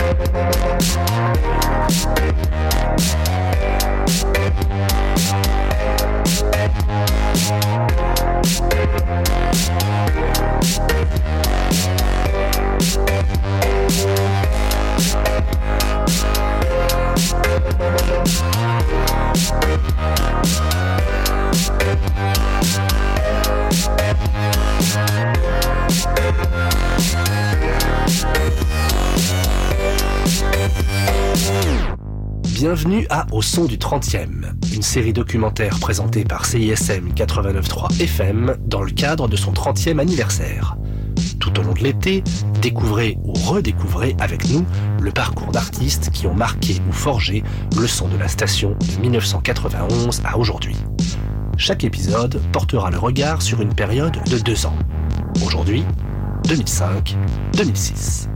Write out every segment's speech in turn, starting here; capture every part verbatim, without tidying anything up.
Bienvenue à Au son du trentième, une série documentaire présentée par C I S M quatre-vingt-neuf point trois F M dans le cadre de son trentième anniversaire. Tout au long de l'été, découvrez ou redécouvrez avec nous le parcours d'artistes qui ont marqué ou forgé le son de la station de dix-neuf cent quatre-vingt-onze à aujourd'hui. Chaque épisode portera le regard sur une période de deux ans. Aujourd'hui, deux mille cinq deux mille six.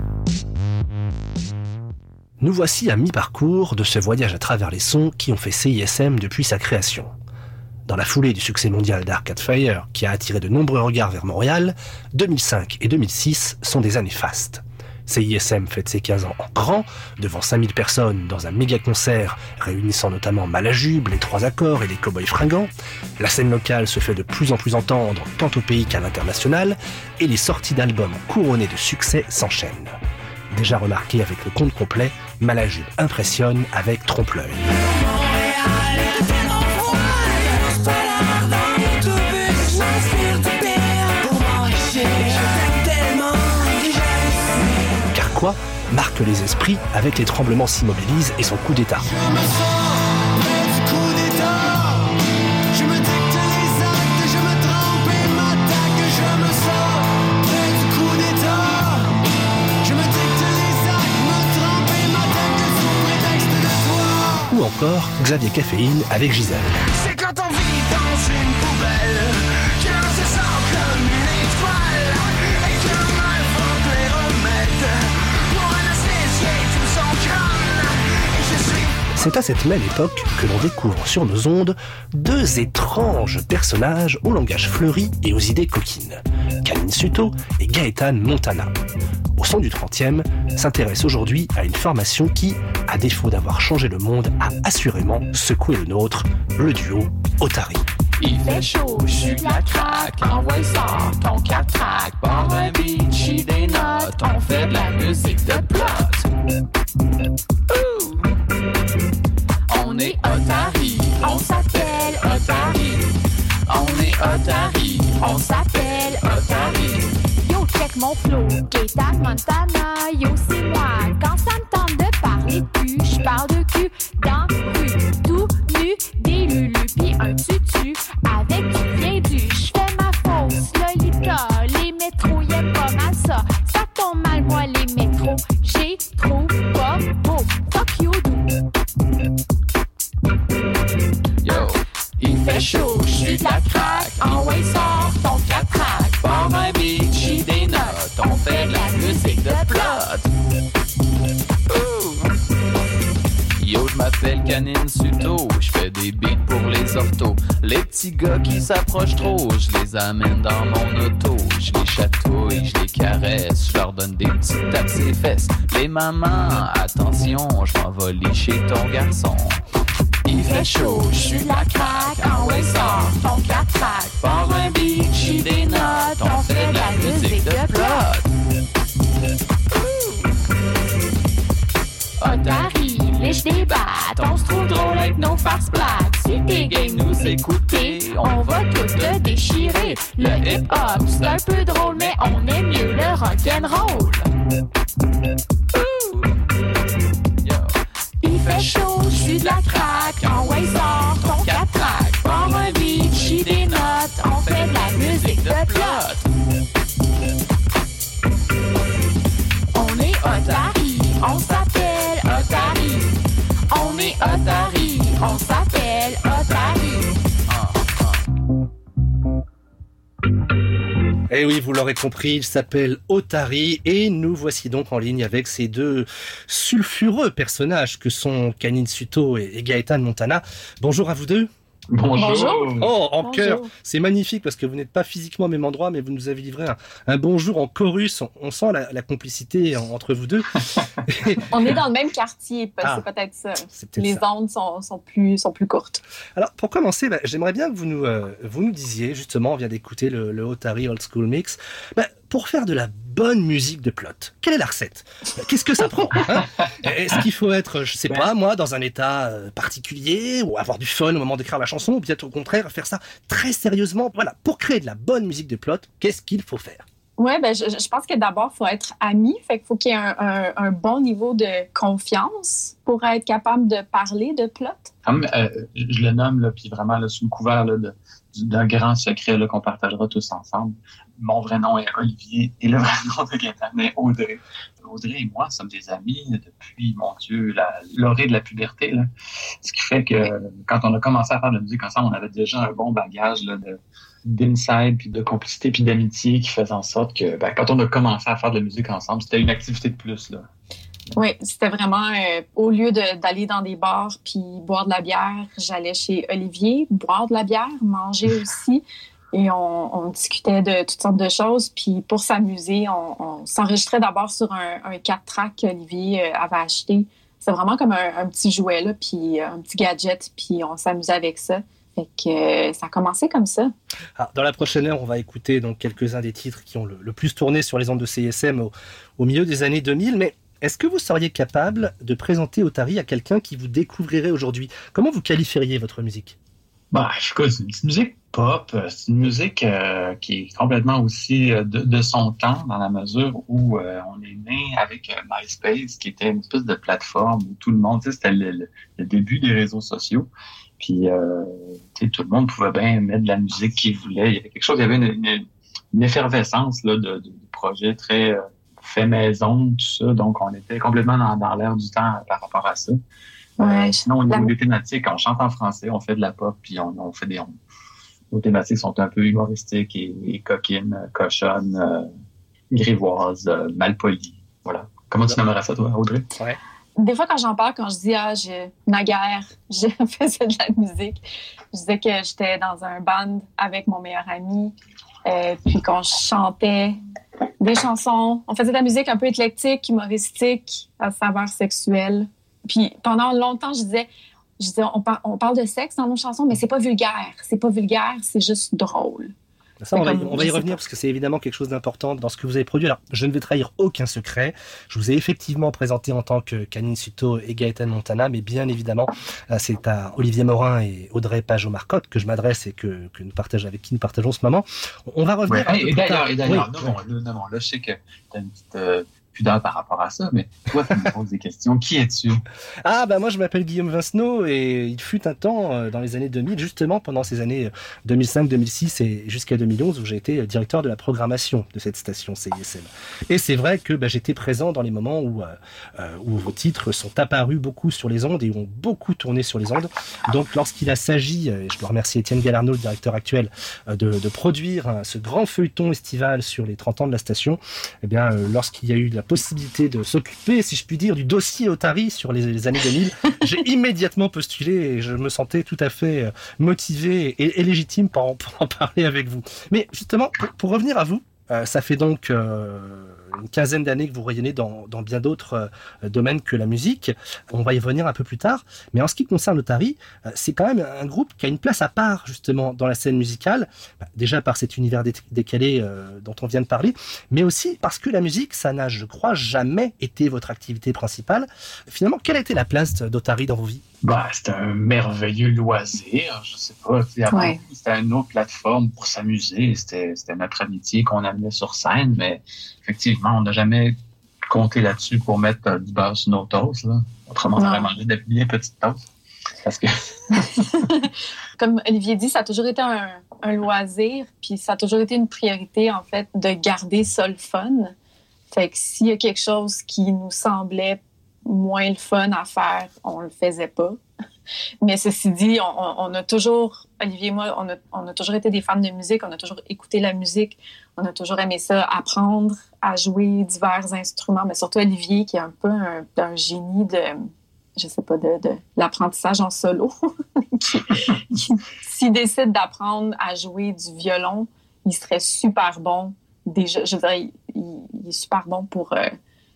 Nous voici à mi-parcours de ce voyage à travers les sons qui ont fait C I S M depuis sa création. Dans la foulée du succès mondial d'Arcade Fire, qui a attiré de nombreux regards vers Montréal, deux mille cinq et deux mille six sont des années fastes. C I S M fête ses quinze ans en grand, devant cinq mille personnes dans un méga-concert réunissant notamment Malajube, les Trois Accords et les Cowboys Fringants. La scène locale se fait de plus en plus entendre tant au pays qu'à l'international, et les sorties d'albums couronnées de succès s'enchaînent. Déjà remarqué avec le compte complet, Malajube impressionne avec Trompe-l'œil. Car quoi marque les esprits avec Les Tremblements s'immobilisent et son coup d'état. Ou encore Xavier Caféine avec Gisèle. C'est quand on vit dans une poubelle qu'on se sent comme une étoile et que mal faut les remettre pour anesthésier tout son crâne. Et je suis... C'est à cette même époque que l'on découvre sur nos ondes deux étranges personnages au langage fleuri et aux idées coquines. Kanin Suto et Gaëtan Montana. Au son du trentième, s'intéresse aujourd'hui à une formation qui, à défaut d'avoir changé le monde, a assurément secoué le nôtre, le duo Otari. Il fait chaud, je suis de la craque, envoie ça, ton quatre track, par un beat, j'y des notes, on fait de la musique de plot. Ouh. On est Otari, on s'appelle Otari. On est Otari, on s'appelle Otari. Yo, check mon flow, Gaëtan Montana, yo c'est moi. Quand ça me tente de parler de cul, j'parle de cul dans rue, tout nu, des lulus pis un tutu avec du bien du. J'fais ma fausse, Lolita, les métros y'aiment pas mal ça. Ça tombe mal moi les métros, j'ai trop pas beau. Fuck you do. Yo, il fait chaud, je suis de la craque, envoie sort ton quatre track, par un beat, j'y des notes, on fait de la musique de plot. Ouh. Yo, je m'appelle Kanin Suto, je fais des beats pour les orthos. Les petits gars qui s'approchent trop, je les amène dans mon auto. Je les chatouille, je les caresse, je leur donne des petites tapes ses fesses. Les mamans, attention, je m'en vais licher ton garçon. Il fait chaud, je suis de la craque, envoie sort ton quatre track, par un beat, j'y des notes, on fait de la musique de plot. Otari, lèche des battes, on se trouve drôle avec nos farces plates. Si t'es game nous écouter, On va tout le déchirer. Le hip-hop, c'est un peu drôle, mais on aime mieux le rock'n'roll. Il fait chaud, je suis de la craque, envoie sort ton quatre track, par un beat, j'y des notes, on fait de la musique de plot. On est Otari, on s'appelle Otari. On est Otari, on s'appelle Otari. Et oui, vous l'aurez compris, il s'appelle Otari et nous voici donc en ligne avec ces deux sulfureux personnages que sont Kanin Suto et Gaëtan Montana. Bonjour à vous deux. Bonjour. Bonjour. Oh, en Bonjour. chœur, c'est magnifique parce que vous n'êtes pas physiquement au même endroit, mais vous nous avez livré un, un bonjour en chorus. On, on sent la, la complicité en- entre vous deux. On est dans le même quartier, Ah. c'est peut-être ça. C'est peut-être Les ça. ondes sont, sont, plus, sont plus courtes. Alors, pour commencer, bah, j'aimerais bien que vous nous, euh, vous nous disiez, justement, on vient d'écouter le, le Otari Old School Mix, bah, pour faire de la bonne musique de plot, quelle est la recette? Qu'est-ce que ça prend, hein? Est-ce qu'il faut être, je sais pas, moi, dans un état euh, particulier, ou avoir du fun au moment d'écrire la chanson, ou bien au contraire, faire ça très sérieusement? Voilà, pour créer de la bonne musique de plot, qu'est-ce qu'il faut faire? Oui, ben, je, je pense que d'abord, il faut être ami. Fait qu'il faut qu'il y ait un, un, un bon niveau de confiance pour être capable de parler de plot. Comme euh, je le nomme, là, puis vraiment là, sous le couvert là, de, d'un grand secret là, qu'on partagera tous ensemble. Mon vrai nom est Olivier et le vrai nom de Gaëtan est Audrey. Audrey et moi sommes des amis depuis, mon Dieu, la, l'orée de la puberté. Là. Ce qui fait que quand on a commencé à faire de la musique ensemble, on avait déjà un bon bagage là, de, d'inside, puis de complicité, puis d'amitié qui faisait en sorte que ben, quand on a commencé à faire de la musique ensemble, c'était une activité de plus. Là. Oui, c'était vraiment, euh, au lieu de, d'aller dans des bars puis boire de la bière, j'allais chez Olivier, boire de la bière, manger aussi. Et on, on discutait de toutes sortes de choses. Puis pour s'amuser, on, on s'enregistrait d'abord sur un, un quatre tracks qu'Olivier euh, avait acheté. C'est vraiment comme un, un petit jouet, là, puis un petit gadget, puis on s'amusait avec ça. Fait que euh, ça a commencé comme ça. Ah, dans la prochaine heure, on va écouter donc quelques-uns des titres qui ont le, le plus tourné sur les ondes de C I S M au, au milieu des années deux mille. Mais est-ce que vous seriez capable de présenter Otari à quelqu'un qui vous découvrirait aujourd'hui? Comment vous qualifieriez votre musique? Bah, écoute, c'est une petite musique pop. C'est une musique euh, qui est complètement aussi euh, de, de son temps, dans la mesure où euh, on est né avec euh, MySpace, qui était une espèce de plateforme où tout le monde, tu sais, c'était le, le, le début des réseaux sociaux. Puis, euh, tu sais, tout le monde pouvait bien mettre de la musique qu'il voulait. Il y avait quelque chose, il y avait une, une, une effervescence là, de, de, de projets très euh, fait maison, tout ça. Donc, on était complètement dans, dans l'air du temps par rapport à ça. Ouais, Euh, sinon, au niveau la- des thématiques, on chante en français, on fait de la pop, puis on, on fait des... On, nos thématiques sont un peu humoristiques et, et coquines, cochonnes, euh, grivoises, euh, malpolies. Voilà. Comment tu nommerais ça, toi, Audrey? Ouais. Des fois, quand j'en parle, quand je dis « Ah, je, naguère, je faisais de la musique », je disais que j'étais dans un band avec mon meilleur ami, euh, puis qu'on chantait des chansons. On faisait de la musique un peu éclectique, humoristique, à saveur sexuelle. Puis pendant longtemps, je disais, je disais on, par- on parle de sexe dans nos chansons, mais c'est pas vulgaire. C'est pas vulgaire, c'est juste drôle. Ça, on va, y- Comme- on va je y sais revenir pas. parce que c'est évidemment quelque chose d'important dans ce que vous avez produit. Alors, je ne vais trahir aucun secret. Je vous ai effectivement présenté en tant que Canine Suto et Gaëtan Montana, mais bien évidemment, euh, c'est à Olivier Morin et Audrey Pajot-Marcotte que je m'adresse et que, que nous partageons, avec qui nous partageons ce moment. On va revenir un peu et, plus d'ailleurs, tard. et d'ailleurs, Oui. non, non, non, non, là, je sais que tu as une petite euh, pudeur par rapport à ça, mais toi, tu me poses des questions. Qui es-tu? Ah bah moi je m'appelle Guillaume Vincenot et il fut un temps euh, dans les années deux mille, justement pendant ces années euh, deux mille cinq deux mille six et jusqu'à deux mille onze où j'ai été euh, directeur de la programmation de cette station C I S M. Et c'est vrai que bah, j'étais présent dans les moments où, euh, euh, où vos titres sont apparus beaucoup sur les ondes et ont beaucoup tourné sur les ondes. Donc lorsqu'il a s'agi, euh, et je dois remercier Étienne Galarno, le directeur actuel, euh, de, de produire hein, ce grand feuilleton estival sur les trente ans de la station, eh bien euh, lorsqu'il y a eu la possibilité de s'occuper, si je puis dire, du dossier Otari sur les, les années deux mille, j'ai immédiatement postulé et je me sentais tout à fait euh, motivé et, et légitime pour en, pour en parler avec vous. Mais justement, pour, pour revenir à vous, euh, ça fait donc euh, une quinzaine d'années que vous rayonnez dans, dans bien d'autres euh, domaines que la musique. On va y revenir un peu plus tard. Mais en ce qui concerne Otari, euh, c'est quand même un groupe qui a une place à part justement dans la scène musicale. Bah, déjà par cet univers dé- décalé euh, dont on vient de parler, mais aussi parce que la musique, ça n'a, je crois, jamais été votre activité principale. Finalement, quelle a été la place d'Otari dans vos vies? Bah, c'était un merveilleux loisir. Je sais pas. tu sais, Avant Ouais. tout, c'était une autre plateforme pour s'amuser. C'était, c'était notre amitié qu'on amenait sur scène, mais effectivement, on n'a jamais compté là-dessus pour mettre euh, du beurre sur nos toasts. Là. Autrement, on Non. aurait mangé de bien petites toasts. Parce que Comme Olivier dit, ça a toujours été un, un loisir, puis ça a toujours été une priorité, en fait, de garder ça le fun. Fait que s'il y a quelque chose qui nous semblait moins le fun à faire, on le faisait pas. Mais ceci dit, on, on, on a toujours, Olivier et moi, on a, on a toujours été des fans de musique, on a toujours écouté la musique, on a toujours aimé ça, apprendre à jouer divers instruments, mais surtout Olivier, qui est un peu un, un génie de... je sais pas, de, de l'apprentissage en solo, qui, qui, s'il décide d'apprendre à jouer du violon, il serait super bon. Déjà, je veux dire, il, il est super bon pour euh,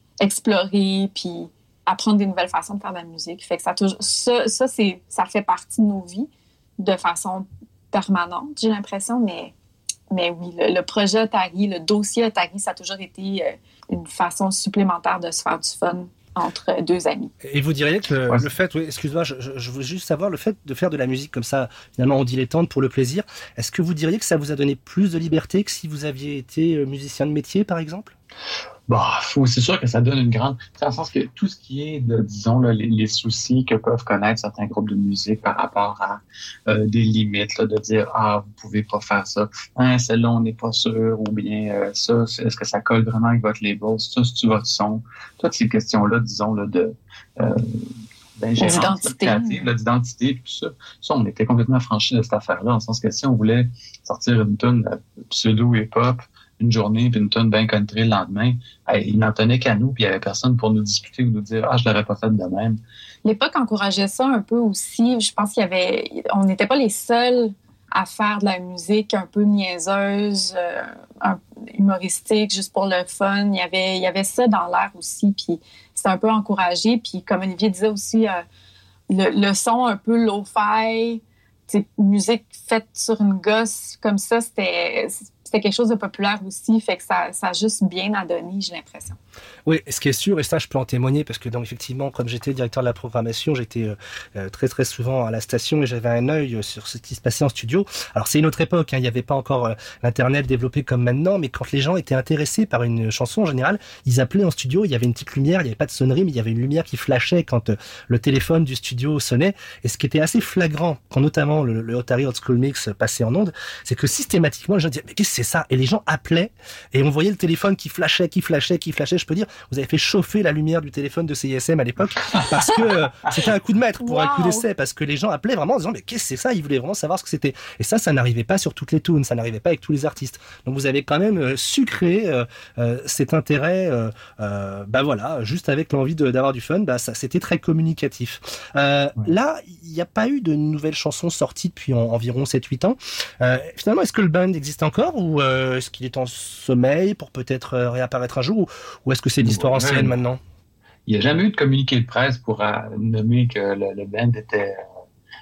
explorer puis apprendre des nouvelles façons de faire de la musique. Fait que ça, toujours, ça, ça, c'est, ça fait partie de nos vies de façon permanente, j'ai l'impression, mais, mais oui, le, le projet Atari, le dossier Atari, ça a toujours été euh, une façon supplémentaire de se faire du fun entre deux amis. Et vous diriez que le, ouais. le fait, oui, excuse-moi, je, je, je veux juste savoir, le fait de faire de la musique comme ça, finalement on dilettante pour le plaisir, est-ce que vous diriez que ça vous a donné plus de liberté que si vous aviez été musicien de métier, par exemple? Bah, faut, c'est sûr que ça donne une grande... Dans le sens que tout ce qui est, de, disons, là, les, les soucis que peuvent connaître certains groupes de musique par rapport à euh, des limites, là, de dire « Ah, vous pouvez pas faire ça. Hein, celle-là, on n'est pas sûr. » Ou bien euh, « Ça, est-ce que ça colle vraiment avec votre label? Ça, c'est-tu votre son? » Toutes ces questions-là, disons, là, de... Euh, d'ingérence créative, là, d'identité, tout ça. Ça, on était complètement affranchis de cette affaire-là, dans le sens que si on voulait sortir une tune pseudo-hip-hop une journée, puis une tonne bien country le lendemain, il n'en tenait qu'à nous, puis il n'y avait personne pour nous discuter ou nous dire « Ah, je l'aurais pas fait de même. » L'époque encourageait ça un peu aussi. Je pense qu'il y avait... On n'était pas les seuls à faire de la musique un peu niaiseuse, euh, un, humoristique, juste pour le fun. Il y avait, il y avait ça dans l'air aussi, puis c'était un peu encouragé. Puis comme Olivier disait aussi, euh, le, le son un peu lo-fi, musique faite sur une gosse, comme ça, c'était... c'était quelque chose de populaire aussi, fait que ça, ça a juste bien à donner, j'ai l'impression. Oui, ce qui est sûr, et ça je peux en témoigner, parce que donc effectivement, comme j'étais directeur de la programmation, j'étais euh, très très souvent à la station et j'avais un œil sur ce qui se passait en studio. Alors c'est une autre époque, hein, il n'y avait pas encore euh, l'internet développé comme maintenant, mais quand les gens étaient intéressés par une chanson en général, ils appelaient en studio, il y avait une petite lumière, il n'y avait pas de sonnerie, mais il y avait une lumière qui flashait quand euh, le téléphone du studio sonnait. Et ce qui était assez flagrant, quand notamment le, le Atari Old School Mix passait en ondes, c'est que systématiquement les gens disaient « Mais qu'est-ce que c'est ça ?» Et les gens appelaient et on voyait le téléphone qui flashait, qui flashait, qui flashait. Je peux dire, vous avez fait chauffer la lumière du téléphone de C I S M à l'époque parce que euh, c'était un coup de maître pour wow. un coup d'essai, parce que les gens appelaient vraiment en disant mais qu'est-ce que c'est ça? Ils voulaient vraiment savoir ce que c'était. Et ça, ça n'arrivait pas sur toutes les tunes, ça n'arrivait pas avec tous les artistes. Donc vous avez quand même euh, su créer euh, euh, cet intérêt, euh, euh, bah voilà, juste avec l'envie de, d'avoir du fun, bah ça, c'était très communicatif. Euh, ouais. Là, il n'y a pas eu de nouvelles chansons sorties depuis en, environ sept huit ans. Euh, finalement, est-ce que le band existe encore ou euh, est-ce qu'il est en sommeil pour peut-être euh, réapparaître un jour, ou, ou est-ce que c'est l'histoire ouais, ancienne maintenant? Il n'y a jamais eu de communiqué de presse pour euh, nommer que le, le band était euh,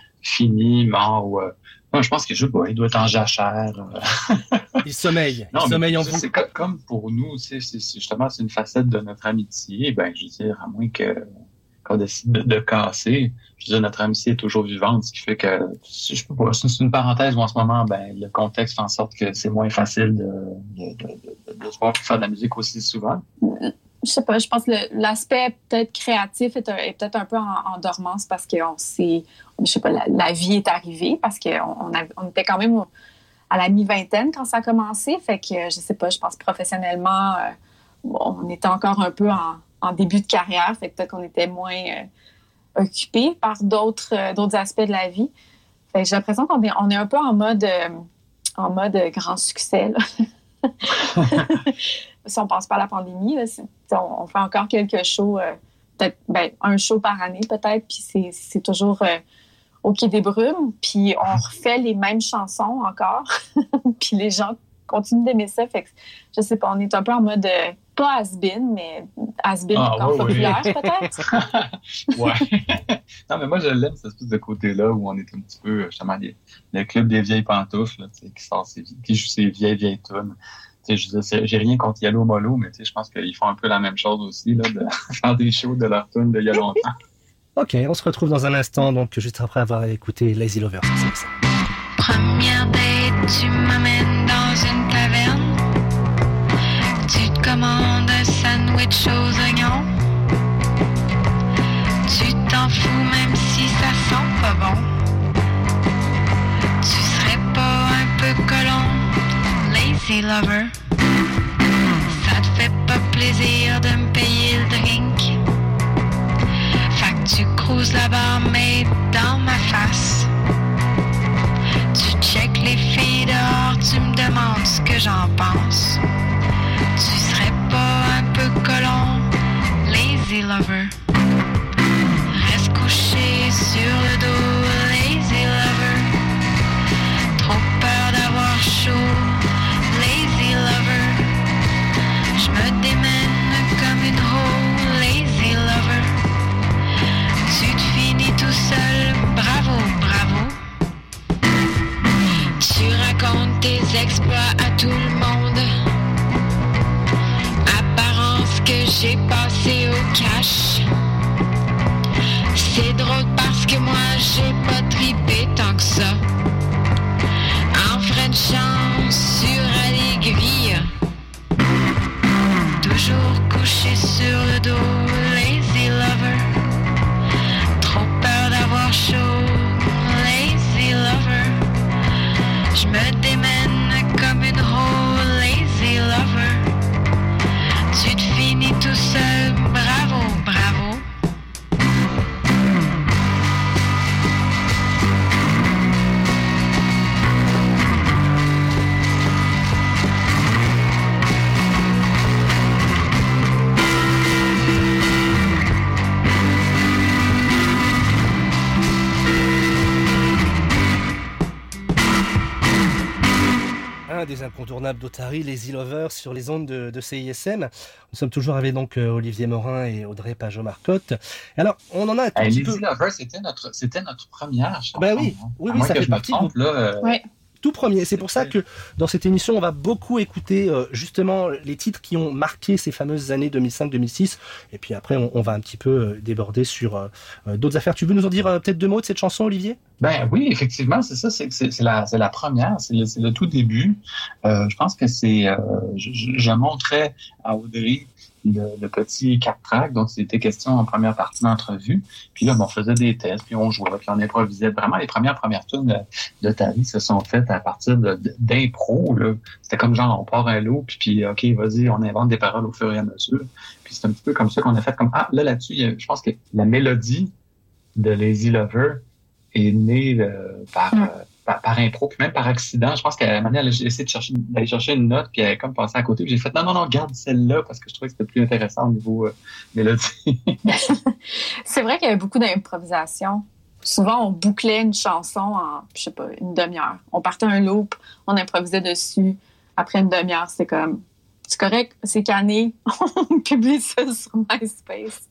fini, mort. Ou, euh, non, je pense qu'il joue pas, il doit être en jachère. Euh. Il sommeille, non, il sommeille en vous. C'est comme, comme pour nous, c'est, c'est, c'est, justement, c'est une facette de notre amitié. Ben, je veux dire, à moins que qu'on décide de, de casser, je veux dire, notre amitié est toujours vivante, ce qui fait que, je peux pas, c'est une parenthèse où en ce moment, ben, le contexte fait en sorte que c'est moins facile de, de, de, de, de se voir faire de la musique aussi souvent. Je sais pas, je pense que le, l'aspect peut-être créatif est, est peut-être un peu en, en dormance parce que on s'est, je sais pas, la, la vie est arrivée parce qu'on on, on était quand même au, à la mi-vingtaine quand ça a commencé, fait que je sais pas, je pense professionnellement, euh, bon, on était encore un peu en, en début de carrière, fait que peut-être qu'on était moins euh, occupés par d'autres, euh, d'autres aspects de la vie. Fait que j'ai l'impression qu'on est, on est un peu en mode, euh, en mode grand succès, là. Si on pense pas à la pandémie, là, on, on fait encore quelques shows, euh, peut-être ben, un show par année peut-être, puis c'est, c'est toujours euh, au Quai des Brumes, puis on refait les mêmes chansons encore, puis les gens continuent d'aimer ça, fait que je sais pas, on est un peu en mode, euh, pas has-been, mais has-been ah, encore ouais, populaire oui. peut-être. Ouais. Non, mais moi je l'aime, cette espèce de côté-là où on est un petit peu, justement, les, le club des vieilles pantoufles, là, qui sort ses, qui joue ses vieilles vieilles tunes. Je dis, j'ai rien contre Yellow Molo, mais je pense qu'ils font un peu la même chose aussi, là, de faire des shows de leur tune d'il y a longtemps. Ok, on se retrouve dans un instant, donc juste après avoir écouté Lazy Lover. C'est ça. Première date, tu m'amènes dans une taverne. Tu te commandes un sandwich aux oignons. Tu t'en fous même si ça sent pas bon. Tu serais pas un peu colon? Lazy lover, ça te fait pas plaisir de me payer le drink. Fait que tu cruises la barre mais dans ma face. Tu check les filles dehors, tu me demandes ce que j'en pense. Tu serais pas un peu colon? Lazy lover, reste coucher sur le dos, lazy lover. Trop peur d'avoir chaud, lazy lover. Je me démène comme une hoe, lazy lover. Tu te finis tout seul, bravo, bravo. Tu racontes tes exploits à tout le monde. Apparence que j'ai passé au cash. C'est drôle parce que moi j'ai pas trippé tant que ça. En Frenchant sur Allégrie. Toujours couché sur le dos, lazy lover. Trop peur d'avoir chaud, lazy lover. Je me démène comme une hoe, lazy lover. Tu te finis tout seul, bravo, bravo. Un des incontournables d'Otari, Lazy Lover, sur les ondes de, de C I S M. Nous sommes toujours avec donc euh, Olivier Morin et Audrey Pajot-Marcotte. Alors, on en a un tout Hey, petit Lazy peu... Lover, c'était notre, c'était notre première chanson. Ben oui, hein. oui, À oui, moins ça que fait je me partie trompe, là, euh, Ouais. tout premier. C'est pour ça que dans cette émission, on va beaucoup écouter euh, justement les titres qui ont marqué ces fameuses années deux mille cinq deux mille six. Et puis après, on, on va un petit peu euh, déborder sur euh, euh, d'autres affaires. Tu veux nous en dire euh, peut-être deux mots de cette chanson, Olivier? Ben oui, effectivement, c'est ça, c'est, c'est, c'est, la, c'est la première, c'est le, c'est le tout début. Euh, je pense que c'est, euh, je, je, je montrais à Audrey le, le petit quatre tracks, donc c'était question en première partie d'entrevue. Puis là, bon, on faisait des tests, puis on jouait, puis on improvisait. Vraiment, les premières premières tunes de, de Tari se sont faites à partir de, de, d'impro, là. C'était comme genre, on part un lot, puis, puis OK, vas-y, on invente des paroles au fur et à mesure. Puis c'est un petit peu comme ça qu'on a fait comme, ah, là, là-dessus, il y a, je pense que la mélodie de Lazy Lover est née euh, par, Mm. euh, par, par impro, puis même par accident. Je pense qu'à un moment donné, j'ai essayé de chercher, d'aller chercher une note, puis elle est comme passée à côté. Puis j'ai fait, non, non, non, garde celle-là, parce que je trouvais que c'était plus intéressant au niveau euh, mélodie. C'est vrai qu'il y avait beaucoup d'improvisation. Souvent, on bouclait une chanson en, je sais pas, une demi-heure. On partait un loop, on improvisait dessus. Après une demi-heure, c'est comme, c'est correct, c'est canné, on publie ça sur MySpace.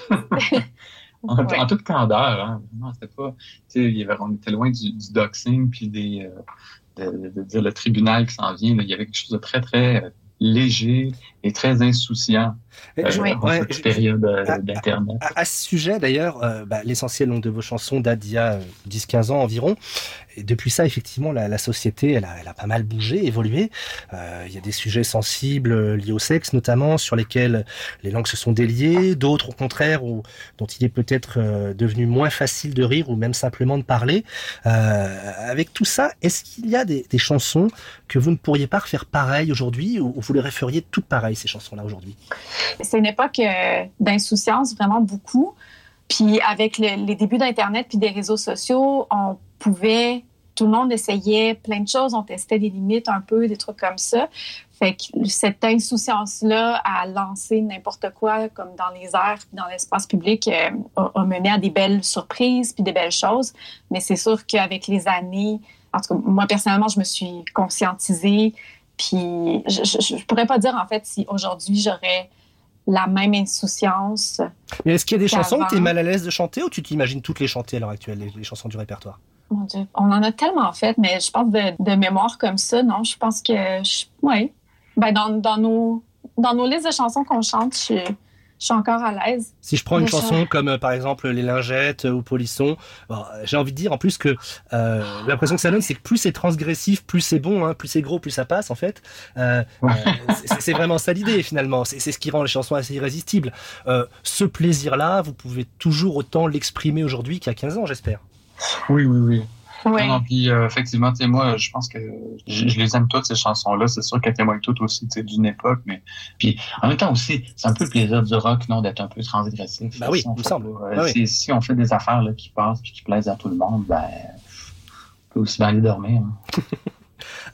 En, Ouais. en toute candeur, hein. Non, c'était pas, tu sais, il y avait, on était loin du, du doxing, puis des, euh, de, de, de dire le tribunal qui s'en vient. Là. Il y avait quelque chose de très, très euh, léger et très insouciant euh, Je- Oui. dans ouais, cette je- période euh, Ah, d'Internet. À, à ce sujet, d'ailleurs, euh, bah, l'essentiel donc, de vos chansons date d'il y a euh, dix quinze ans environ. Et depuis ça, effectivement, la, la société, elle a, elle a pas mal bougé, évolué. Euh, il y a des sujets sensibles euh, liés au sexe, notamment, sur lesquels les langues se sont déliées. D'autres, au contraire, où, dont il est peut-être euh, devenu moins facile de rire ou même simplement de parler. Euh, avec tout ça, est-ce qu'il y a des, des chansons que vous ne pourriez pas refaire pareil aujourd'hui, ou, ou vous les referiez toutes pareilles, ces chansons-là, aujourd'hui? C'est une époque euh, d'insouciance, vraiment beaucoup. Puis avec le- les débuts d'Internet puis des réseaux sociaux, on pouvait, tout le monde essayait plein de choses, on testait des limites un peu, des trucs comme ça. Fait que cette insouciance-là à lancer n'importe quoi, comme dans les airs puis dans l'espace public, euh, a, a mené à des belles surprises puis des belles choses. Mais c'est sûr qu'avec les années, en tout cas, moi personnellement, je me suis conscientisée. Puis je, je, je pourrais pas dire en fait si aujourd'hui j'aurais la même insouciance. Mais est-ce qu'il y a des Qu'avant. chansons où tu es mal à l'aise de chanter, ou tu t'imagines toutes les chanter à l'heure actuelle, les, les chansons du répertoire? Mon Dieu, on en a tellement fait, mais je pense de, de mémoire comme ça, non, je pense que, je, ouais, ben dans, dans nos dans nos listes de chansons qu'on chante, je, je suis encore à l'aise. Si je prends une Bien sûr. chanson comme euh, par exemple Les Lingettes euh, ou Polisson, bon, euh, j'ai envie de dire en plus que euh, l'impression que ça donne, c'est que plus c'est transgressif, plus c'est bon, hein, plus c'est gros, plus ça passe en fait. Euh, euh, c'est, c'est vraiment ça l'idée finalement, c'est, c'est ce qui rend les chansons assez irrésistibles. Euh, ce plaisir-là, vous pouvez toujours autant l'exprimer aujourd'hui qu'il y a quinze ans, j'espère. Oui, oui, oui. Ouais. Non, non, puis euh, effectivement, tu sais, moi, je pense que je, je les aime toutes, ces chansons-là. C'est sûr qu'elles témoignent toutes aussi, tu sais, d'une époque, mais puis en même temps aussi, c'est un peu le plaisir du rock, non, d'être un peu transgressif. Bah oui, si on il me fait semble. pas, euh, Bah oui. si, si on fait des affaires là, qui passent puis qui plaisent à tout le monde, ben, on peut aussi bien aller dormir. Hein.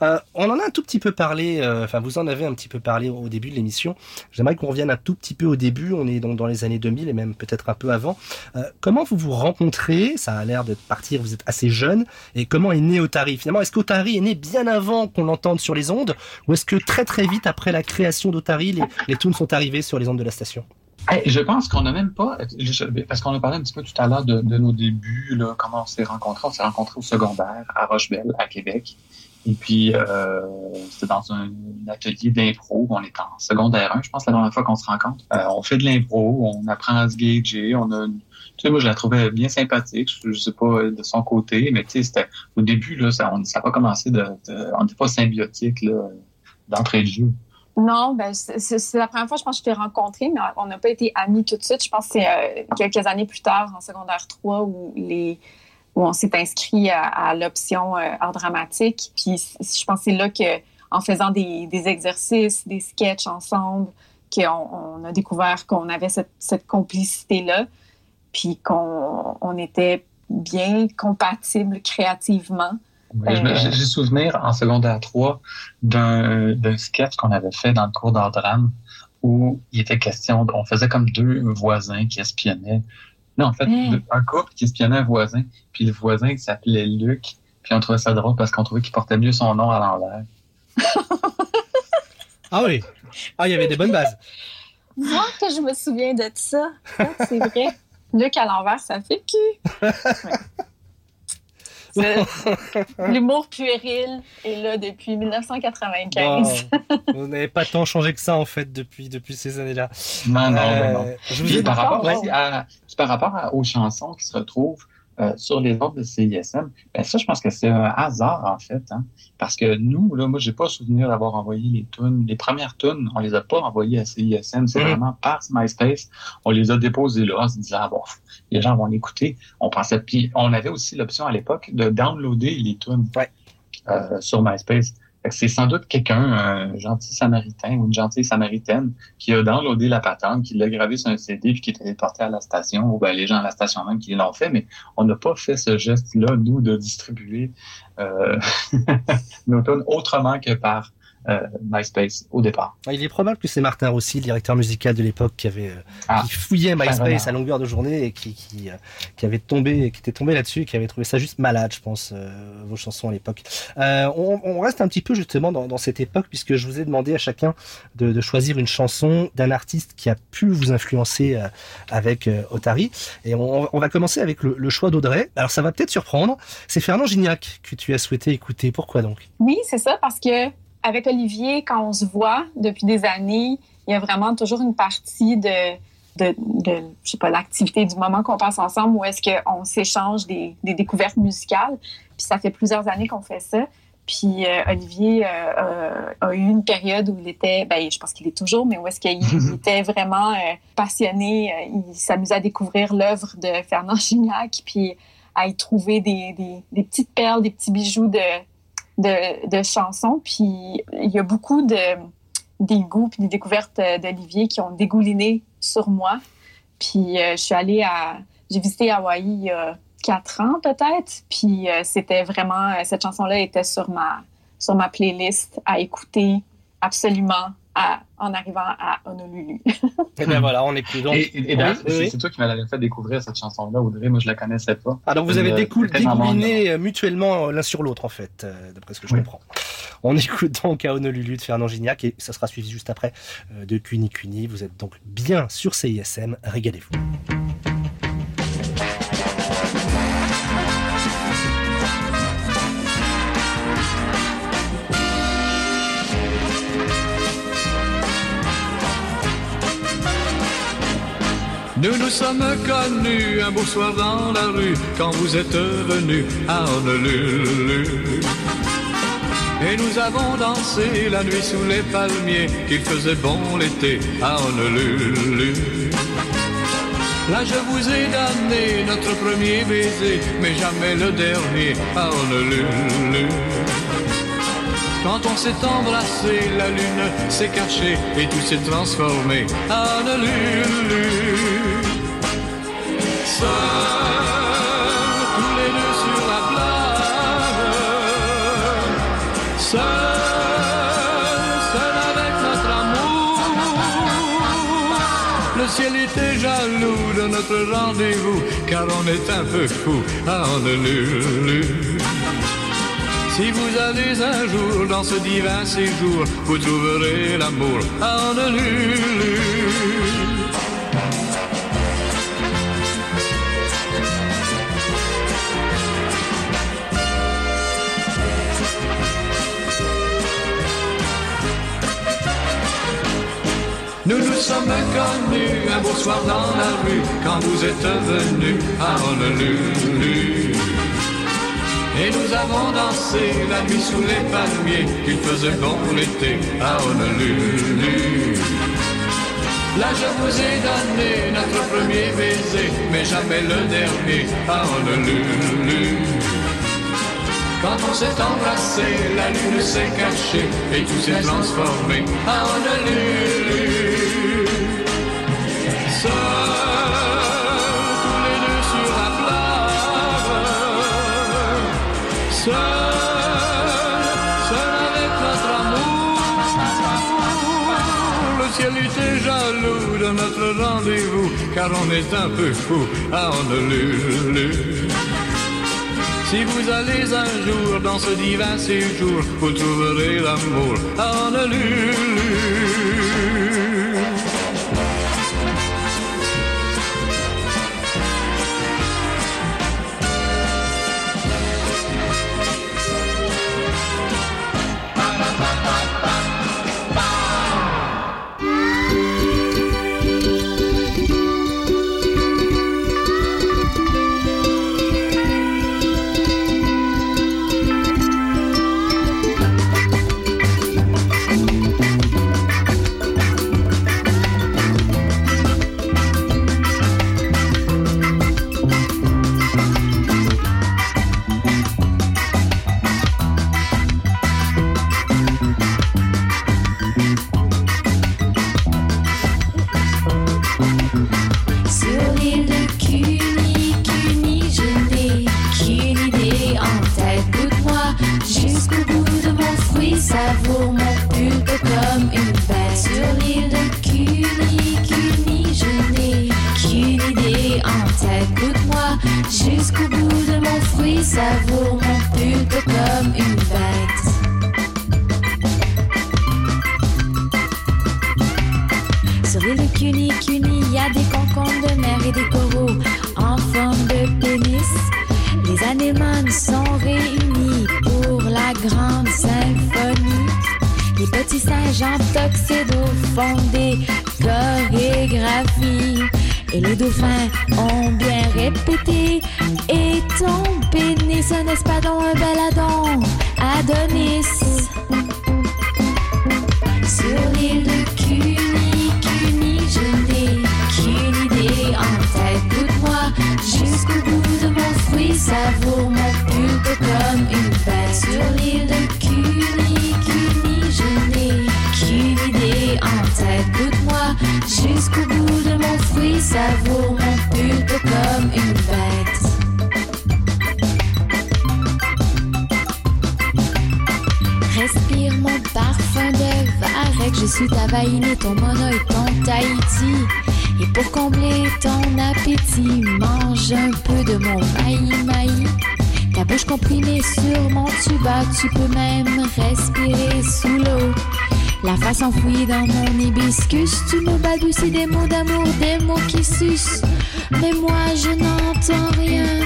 Euh, on en a un tout petit peu parlé, euh, enfin vous en avez un petit peu parlé au début de l'émission. J'aimerais qu'on revienne un tout petit peu au début, on est donc dans les années deux mille et même peut-être un peu avant. Euh, comment vous vous rencontrez? Ça a l'air de partir, vous êtes assez jeune. Et comment est né Otari? Finalement, est-ce qu'Otari est né bien avant qu'on l'entende sur les ondes? Ou est-ce que très très vite après la création d'Otari, les, les tunes sont arrivées sur les ondes de la station? Hey, je pense qu'on n'a même pas, parce qu'on a parlé un petit peu tout à l'heure de, de nos débuts, là, comment on s'est rencontrés. On s'est rencontrés au secondaire, à Rochebelle, à Québec. Et puis, euh, c'était dans un, un atelier d'impro. On est en secondaire un, je pense, la dernière fois qu'on se rencontre. Euh, on fait de l'impro, on apprend à se gager. On a, tu sais, moi, je la trouvais bien sympathique. Je, je sais pas de son côté, mais tu sais, c'était au début, là, ça n'a pas commencé de, de on n'était pas symbiotique là, d'entrée de jeu. Non, ben c'est, c'est la première fois, je pense, que je t'ai rencontré, mais on n'a pas été amis tout de suite. Je pense que c'est euh, quelques années plus tard, en secondaire trois, où, les, où on s'est inscrit à, à l'option euh, art dramatique. Puis je pense que c'est là qu'en faisant des, des exercices, des sketchs ensemble, qu'on on a découvert qu'on avait cette, cette complicité-là, puis qu'on on était bien compatibles créativement. Oui, euh... J'ai souvenir en secondaire trois d'un, d'un sketch qu'on avait fait dans le cours d'art drame où il était question, on faisait comme deux voisins qui espionnaient. Non, en fait, mmh. deux, un couple qui espionnait un voisin, puis le voisin qui s'appelait Luc, puis on trouvait ça drôle parce qu'on trouvait qu'il portait mieux son nom à l'envers. Ah oui, ah il y avait des bonnes bases. Moi que je me souviens de ça, c'est vrai. Luc à l'envers, ça fait cul. Ouais. C'est... L'humour puéril est là depuis dix-neuf cent quatre-vingt-quinze. Wow. Vous n'avez pas tant changé que ça, en fait, depuis, depuis ces années-là. Non, non, euh, non. Je vous ai par, rapport ouais. aussi à, par rapport à, aux chansons qui se retrouvent euh, sur les ondes de C I S M, ben ça, je pense que c'est un hasard, en fait. Hein, parce que nous, là, moi, j'ai pas souvenir d'avoir envoyé les tunes. Les premières tunes, on les a pas envoyées à C I S M. C'est mmh. vraiment par MySpace. On les a déposées là en se disant, ah, bon, les gens vont l'écouter. On pensait, puis on avait aussi l'option à l'époque de downloader les tunes ouais. euh, sur MySpace. Fait que c'est sans doute quelqu'un, un gentil samaritain ou une gentille samaritaine, qui a downloadé la patente, qui l'a gravé sur un C D puis qui est allé porter à la station, ou ben les gens à la station même qui l'ont fait, mais on n'a pas fait ce geste-là, nous, de distribuer euh, nos tunes autrement que par Euh, MySpace au départ. Il est probable que c'est Martin Rossi, le directeur musical de l'époque, qui avait euh, ah, qui fouillait MySpace à longueur de journée et qui qui, euh, qui avait tombé, qui était tombé là-dessus et qui avait trouvé ça juste malade, je pense, euh, vos chansons à l'époque. Euh, on, on reste un petit peu justement dans, dans cette époque puisque je vous ai demandé à chacun de, de choisir une chanson d'un artiste qui a pu vous influencer euh, avec euh, Otari. Et on, on va commencer avec le, le choix d'Audrey. Alors ça va peut-être surprendre. C'est Fernand Gignac que tu as souhaité écouter. Pourquoi donc? Oui, c'est ça, parce que avec Olivier, quand on se voit depuis des années, il y a vraiment toujours une partie de, de, de je sais pas, l'activité du moment qu'on passe ensemble où est-ce qu'on s'échange des, des découvertes musicales. Puis ça fait plusieurs années qu'on fait ça. Puis euh, Olivier euh, euh, a eu une période où il était, ben je pense qu'il est toujours, mais où est-ce qu'il il était vraiment euh, passionné. Il s'amusait à découvrir l'œuvre de Fernand Gignac, puis à y trouver des, des, des petites perles, des petits bijoux de De, de chansons, puis il y a beaucoup de des goûts puis des découvertes d'Olivier qui ont dégouliné sur moi. Puis euh, je suis allée à j'ai visité Hawaï il y a quatre ans peut-être, puis euh, c'était vraiment cette chanson-là était sur ma sur ma playlist à écouter absolument à, en arrivant à Honolulu. Et bien voilà, on écoute donc. Et, et, et oui, c'est, oui. c'est toi qui m'avais fait découvrir cette chanson-là, Audrey. Moi, je la connaissais pas. Ah, donc vous avez découl, dégouliné mutuellement l'un sur l'autre, en fait, euh, d'après ce que je oui. comprends. On écoute donc à Honolulu de Fernand Gignac et ça sera suivi juste après euh, de Cuny Cuny. Vous êtes donc bien sur C I S M. Régalez-vous. Nous nous sommes connus un beau soir dans la rue quand vous êtes venu à Honolulu. Et nous avons dansé la nuit sous les palmiers qu'il faisait bon l'été à Honolulu. Là je vous ai donné notre premier baiser, mais jamais le dernier à Honolulu. Quand on s'est embrassé, la lune s'est cachée et tout s'est transformé à Honolulu. Seuls, tous les deux sur la plage, seuls. notre rendez-vous, car on est un peu fou à Honolulu. Si vous allez un jour dans ce divin séjour, vous trouverez l'amour à Honolulu. Nous nous sommes connus un beau soir dans la rue, quand vous êtes venu à Honolulu. Et nous avons dansé la nuit sous les palmiers, qu'il faisait bon l'été à Honolulu. Là je vous ai donné notre premier baiser, mais jamais le dernier à Honolulu. Quand on s'est embrassé, la lune s'est cachée et tout s'est transformé à Honolulu. Seuls, tous les deux sur la plage, seuls, seuls avec notre amour. Le ciel était jaloux de notre rendez-vous, car on est un peu fou à Honolulu. Si vous allez un jour dans ce divin séjour, vous trouverez l'amour à Honolulu. Tu peux même respirer sous l'eau. La face enfouie dans mon hibiscus. Tu me balbuties des mots d'amour, des mots qui sucent. Mais moi je n'entends rien.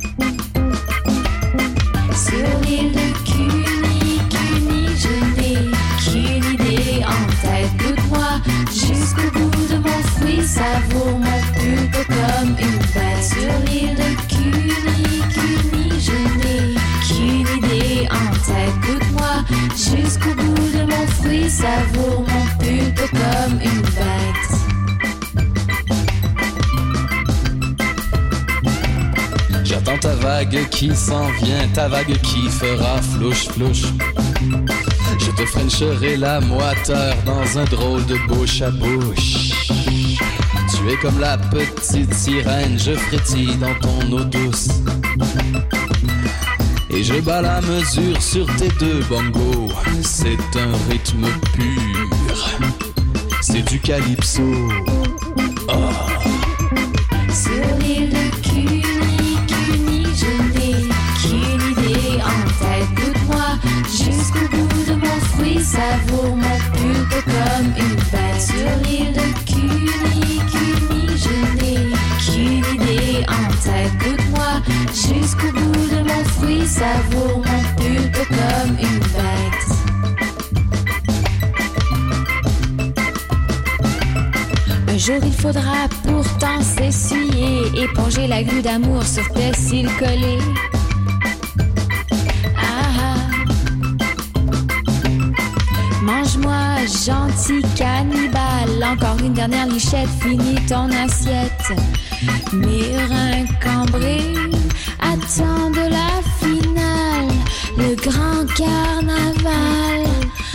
Sur l'île de Cuny, Cuny, je n'ai qu'une idée en tête. Goûte-moi jusqu'au bout de mon fruit. Savoure mon pulpe comme une bête. Sur l'île de Cuny, Cuny, je n'ai qu'une idée en tête. Goûte-moi jusqu'au bout de mon fruit. Savoure mon pulpe comme une bête. J'attends ta vague qui s'en vient, ta vague qui fera flouche flouche. Je te frencherai la moiteur dans un drôle de bouche à bouche. Tu es comme la petite sirène, je frétille dans ton eau douce. Et je bats la mesure sur tes deux bongos. C'est un rythme pur, c'est du calypso. Oh. Sur l'île de Cuny, Cuny, je n'ai qu'une idée en tête. Goûte-moi jusqu'au bout de mon fruit, savoure mon pulpe comme une bête. Sur l'île de Cuny, Cuny, je n'ai qu'une idée en tête. Goûte-moi jusqu'au bout de mon fruit, savoure mon pulpe comme une bête. Un jour il faudra pourtant s'essuyer, éponger la grue d'amour sur tes cils collés. Ah ah. Mange-moi, gentil cannibale, encore une dernière lichette, finis ton assiette. Mes reins cambrés attendent la finale, le grand carnaval.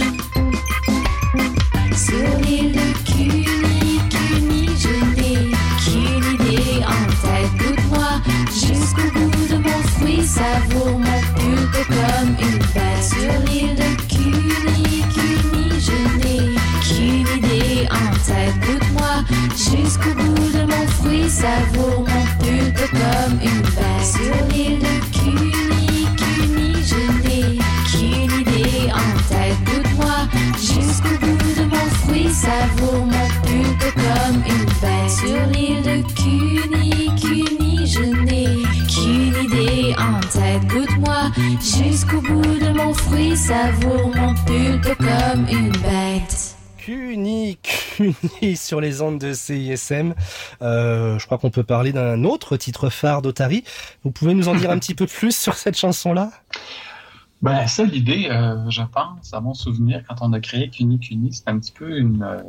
Sur l'île de Cuny, Cuny, je n'ai qu'une idée en tête. Goûte-moi jusqu'au bout de mon fruit, savoure mon pulpe comme une bête. Sur l'île de Cuny, Cuny, je n'ai qu'une idée en tête. Goûte-moi jusqu'au bout de mon fruit, savoure mon pulpe comme une bête. Sur l'île de Cuny, Cuny, je n'ai qu'une idée en tête. Goûte-moi jusqu'au bout de mon fruit, savoure mon pulpe comme une bête. Sur l'île de Cuny, Cuny, je n'ai qu'une idée en tête. Goûte-moi jusqu'au bout de mon fruit, savoure mon pulpe comme une bête. Cuny, Cuny sur les ondes de C I S M. Euh, je crois qu'on peut parler d'un autre titre phare d'Otari. Vous pouvez nous en dire un petit peu plus sur cette chanson-là? Ben, ça, l'idée, euh, je pense, à mon souvenir, quand on a créé Cuny Cuny, c'était un petit peu une, euh,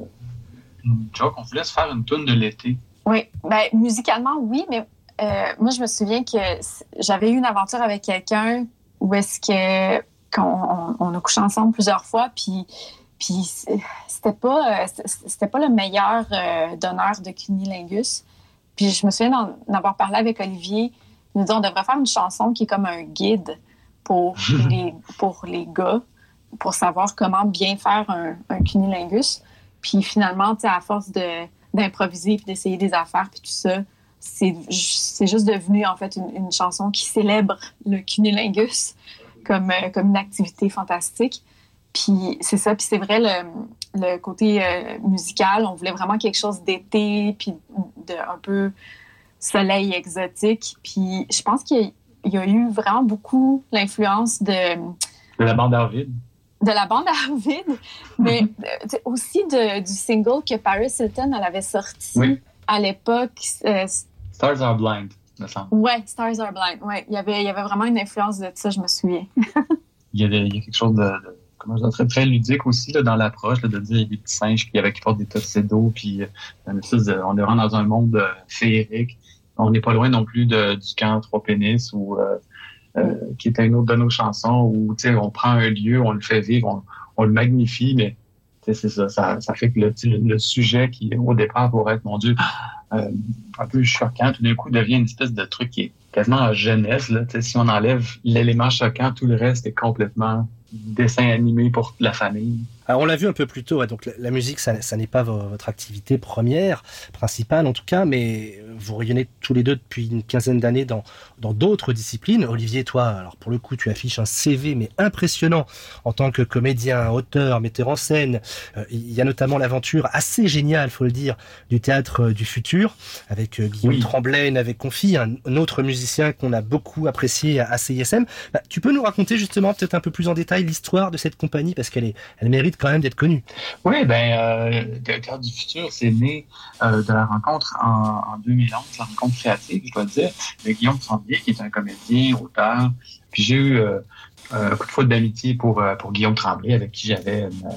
une joke. On voulait se faire une toune de l'été. Oui, ben, musicalement, oui, mais euh, moi, je me souviens que j'avais eu une aventure avec quelqu'un où est-ce que, qu'on on, on a couché ensemble plusieurs fois, puis, puis c'était pas, c'était pas le meilleur euh, donneur de cunilingus. Puis je me souviens d'en, d'en avoir parlé avec Olivier. Il nous dit on devrait faire une chanson qui est comme un guide pour les, pour les gars, pour savoir comment bien faire un, un cunilingus. Puis finalement, tu sais, à force de, d'improviser puis d'essayer des affaires puis tout ça, c'est, c'est juste devenu en fait une, une chanson qui célèbre le cunilingus comme, euh, comme une activité fantastique. Puis c'est ça, puis c'est vrai, le, le côté euh, musical, on voulait vraiment quelque chose d'été, puis de un peu soleil exotique. Puis je pense qu'il y a, il y a eu vraiment beaucoup l'influence de... De la bande Arvid. De la bande Arvid, mais euh, aussi de, du single que Paris Hilton elle avait sorti oui. à l'époque. Euh, Stars Are Blind, me semble. Ouais, Stars Are Blind, ouais. Il y avait, il y avait vraiment une influence de ça, je me souviens. il, y a de, il y a quelque chose de... de... comment je dirais, très, très ludique aussi là, dans l'approche, là, de dire il y a des petits singes qui, avec, qui portent des tuxedos, puis euh, de, on est vraiment dans un monde euh, féerique. On n'est pas loin non plus de, du camp Trois Pénis, ou, euh, euh, qui est une autre de nos chansons, où on prend un lieu, on le fait vivre, on, on le magnifie, mais c'est ça, ça, ça fait que le, le sujet qui, au départ, pourrait être, mon Dieu, euh, un peu choquant, tout d'un coup devient une espèce de truc qui est quasiment à jeunesse. Là, si on enlève l'élément choquant, tout le reste est complètement dessin animé pour la famille. Alors on l'a vu un peu plus tôt, ouais, donc la, la musique, ça, ça n'est pas votre activité première, principale en tout cas, mais vous rayonnez tous les deux depuis une quinzaine d'années dans dans d'autres disciplines. Olivier, toi, alors pour le coup, tu affiches un C V mais impressionnant en tant que comédien, auteur, metteur en scène. Euh, il y a notamment l'aventure assez géniale, faut le dire, du théâtre du futur avec euh, Guillaume oui. Tremblay, Navet Confi, un, un autre musicien qu'on a beaucoup apprécié à, à C I S M. Bah, tu peux nous raconter justement peut-être un peu plus en détail l'histoire de cette compagnie parce qu'elle est, elle mérite quand même d'être connue. Oui, ben, euh, le Théâtre du futur, c'est né euh, de la rencontre en, en deux mille onze, la rencontre créative, je dois le dire, de Guillaume Tremblay, qui est un comédien, auteur. Puis j'ai eu euh, un coup de foudre d'amitié pour, euh, pour Guillaume Tremblay, avec qui j'avais une,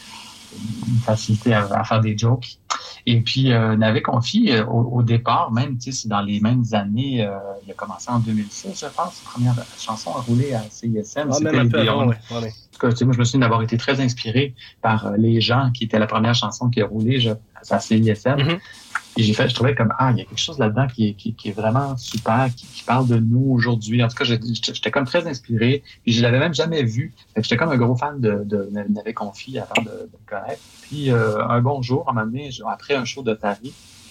une facilité à, à faire des jokes. Et puis, euh, Navet Confi, euh, au, au départ, même, tu sais, c'est dans les mêmes années, euh, il a commencé en deux mille six, je pense, sa première chanson à rouler à C I S M. Ah, c'était même un peu avant, ouais, ouais. En tout cas, tu sais, moi, je me souviens d'avoir été très inspiré par euh, Les gens, qui était la première chanson qui a roulé je, à C I S M. Mm-hmm. Et j'ai fait, je trouvais comme, ah, il y a quelque chose là-dedans qui est, qui, qui est vraiment super, qui, qui parle de nous aujourd'hui. En tout cas, j'étais, j'étais comme très inspiré. Puis je l'avais même jamais vu. Fait que j'étais comme un gros fan de, de, de Navet Confi avant de, de le connaître. Puis euh, un bon jour, à un moment donné, après un show d'Otari,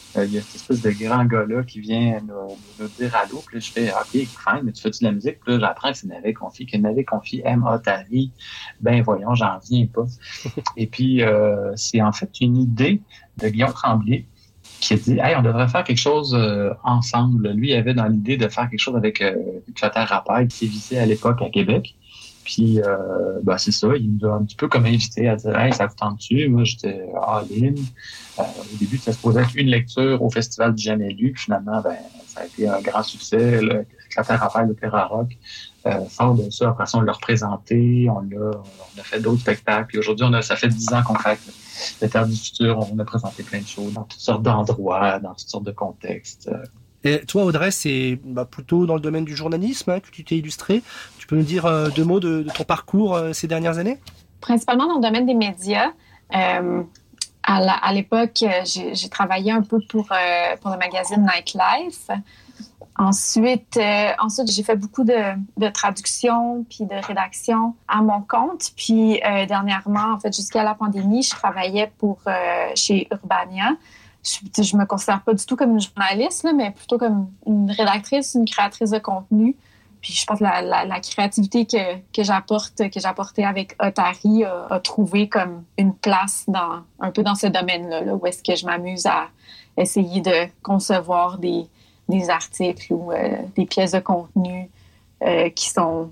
il euh, y a cette espèce de grand gars-là qui vient nous, nous dire allô. Puis là, je fais, OK, fine, mais tu fais-tu de la musique? Puis là, j'apprends que c'est Navet Confi, que Navet Confi aime Otari. Ben voyons, j'en viens pas. Et puis, euh, c'est en fait une idée de Guillaume Tremblay qui a dit, hey, on devrait faire quelque chose euh, ensemble. Lui, il avait dans l'idée de faire quelque chose avec euh, Clotaire Raphaël qui sévissait à l'époque à Québec. Puis, euh, ben, c'est ça, il nous a un petit peu comme invité à dire « Hey, ça vous tente-tu? » Moi, j'étais all-in. Euh, au début, ça se posait être une lecture au Festival du Jamais Lu. Puis finalement, ben, ça a été un grand succès. Le Clotaire Raphaël d'Opéra Rock. Euh, fort de ça, après ça, on l'a représenté. On, l'a, on a fait d'autres spectacles. Puis aujourd'hui, on a, ça fait dix ans qu'on fait le Terre du Futur. On a présenté plein de choses dans toutes sortes d'endroits, dans toutes sortes de contextes. Et toi, Audrey, c'est bah, plutôt dans le domaine du journalisme hein, que tu t'es illustrée. Tu peux nous dire euh, deux mots de, de ton parcours euh, ces dernières années? Principalement dans le domaine des médias. Euh, à, la, à l'époque, j'ai, j'ai travaillé un peu pour, euh, pour le magazine Nightlife. Ensuite, euh, ensuite, j'ai fait beaucoup de, de traduction puis de rédaction à mon compte. Puis euh, dernièrement, en fait, jusqu'à la pandémie, je travaillais pour euh, chez Urbania. Je, je me considère pas du tout comme une journaliste, là, mais plutôt comme une rédactrice, une créatrice de contenu. Puis je pense que la, la, la créativité que, que j'apporte, que j'apportais avec Otari a, a trouvé comme une place dans un peu dans ce domaine-là, là, où est-ce que je m'amuse à essayer de concevoir des, des articles ou euh, des pièces de contenu euh, qui sont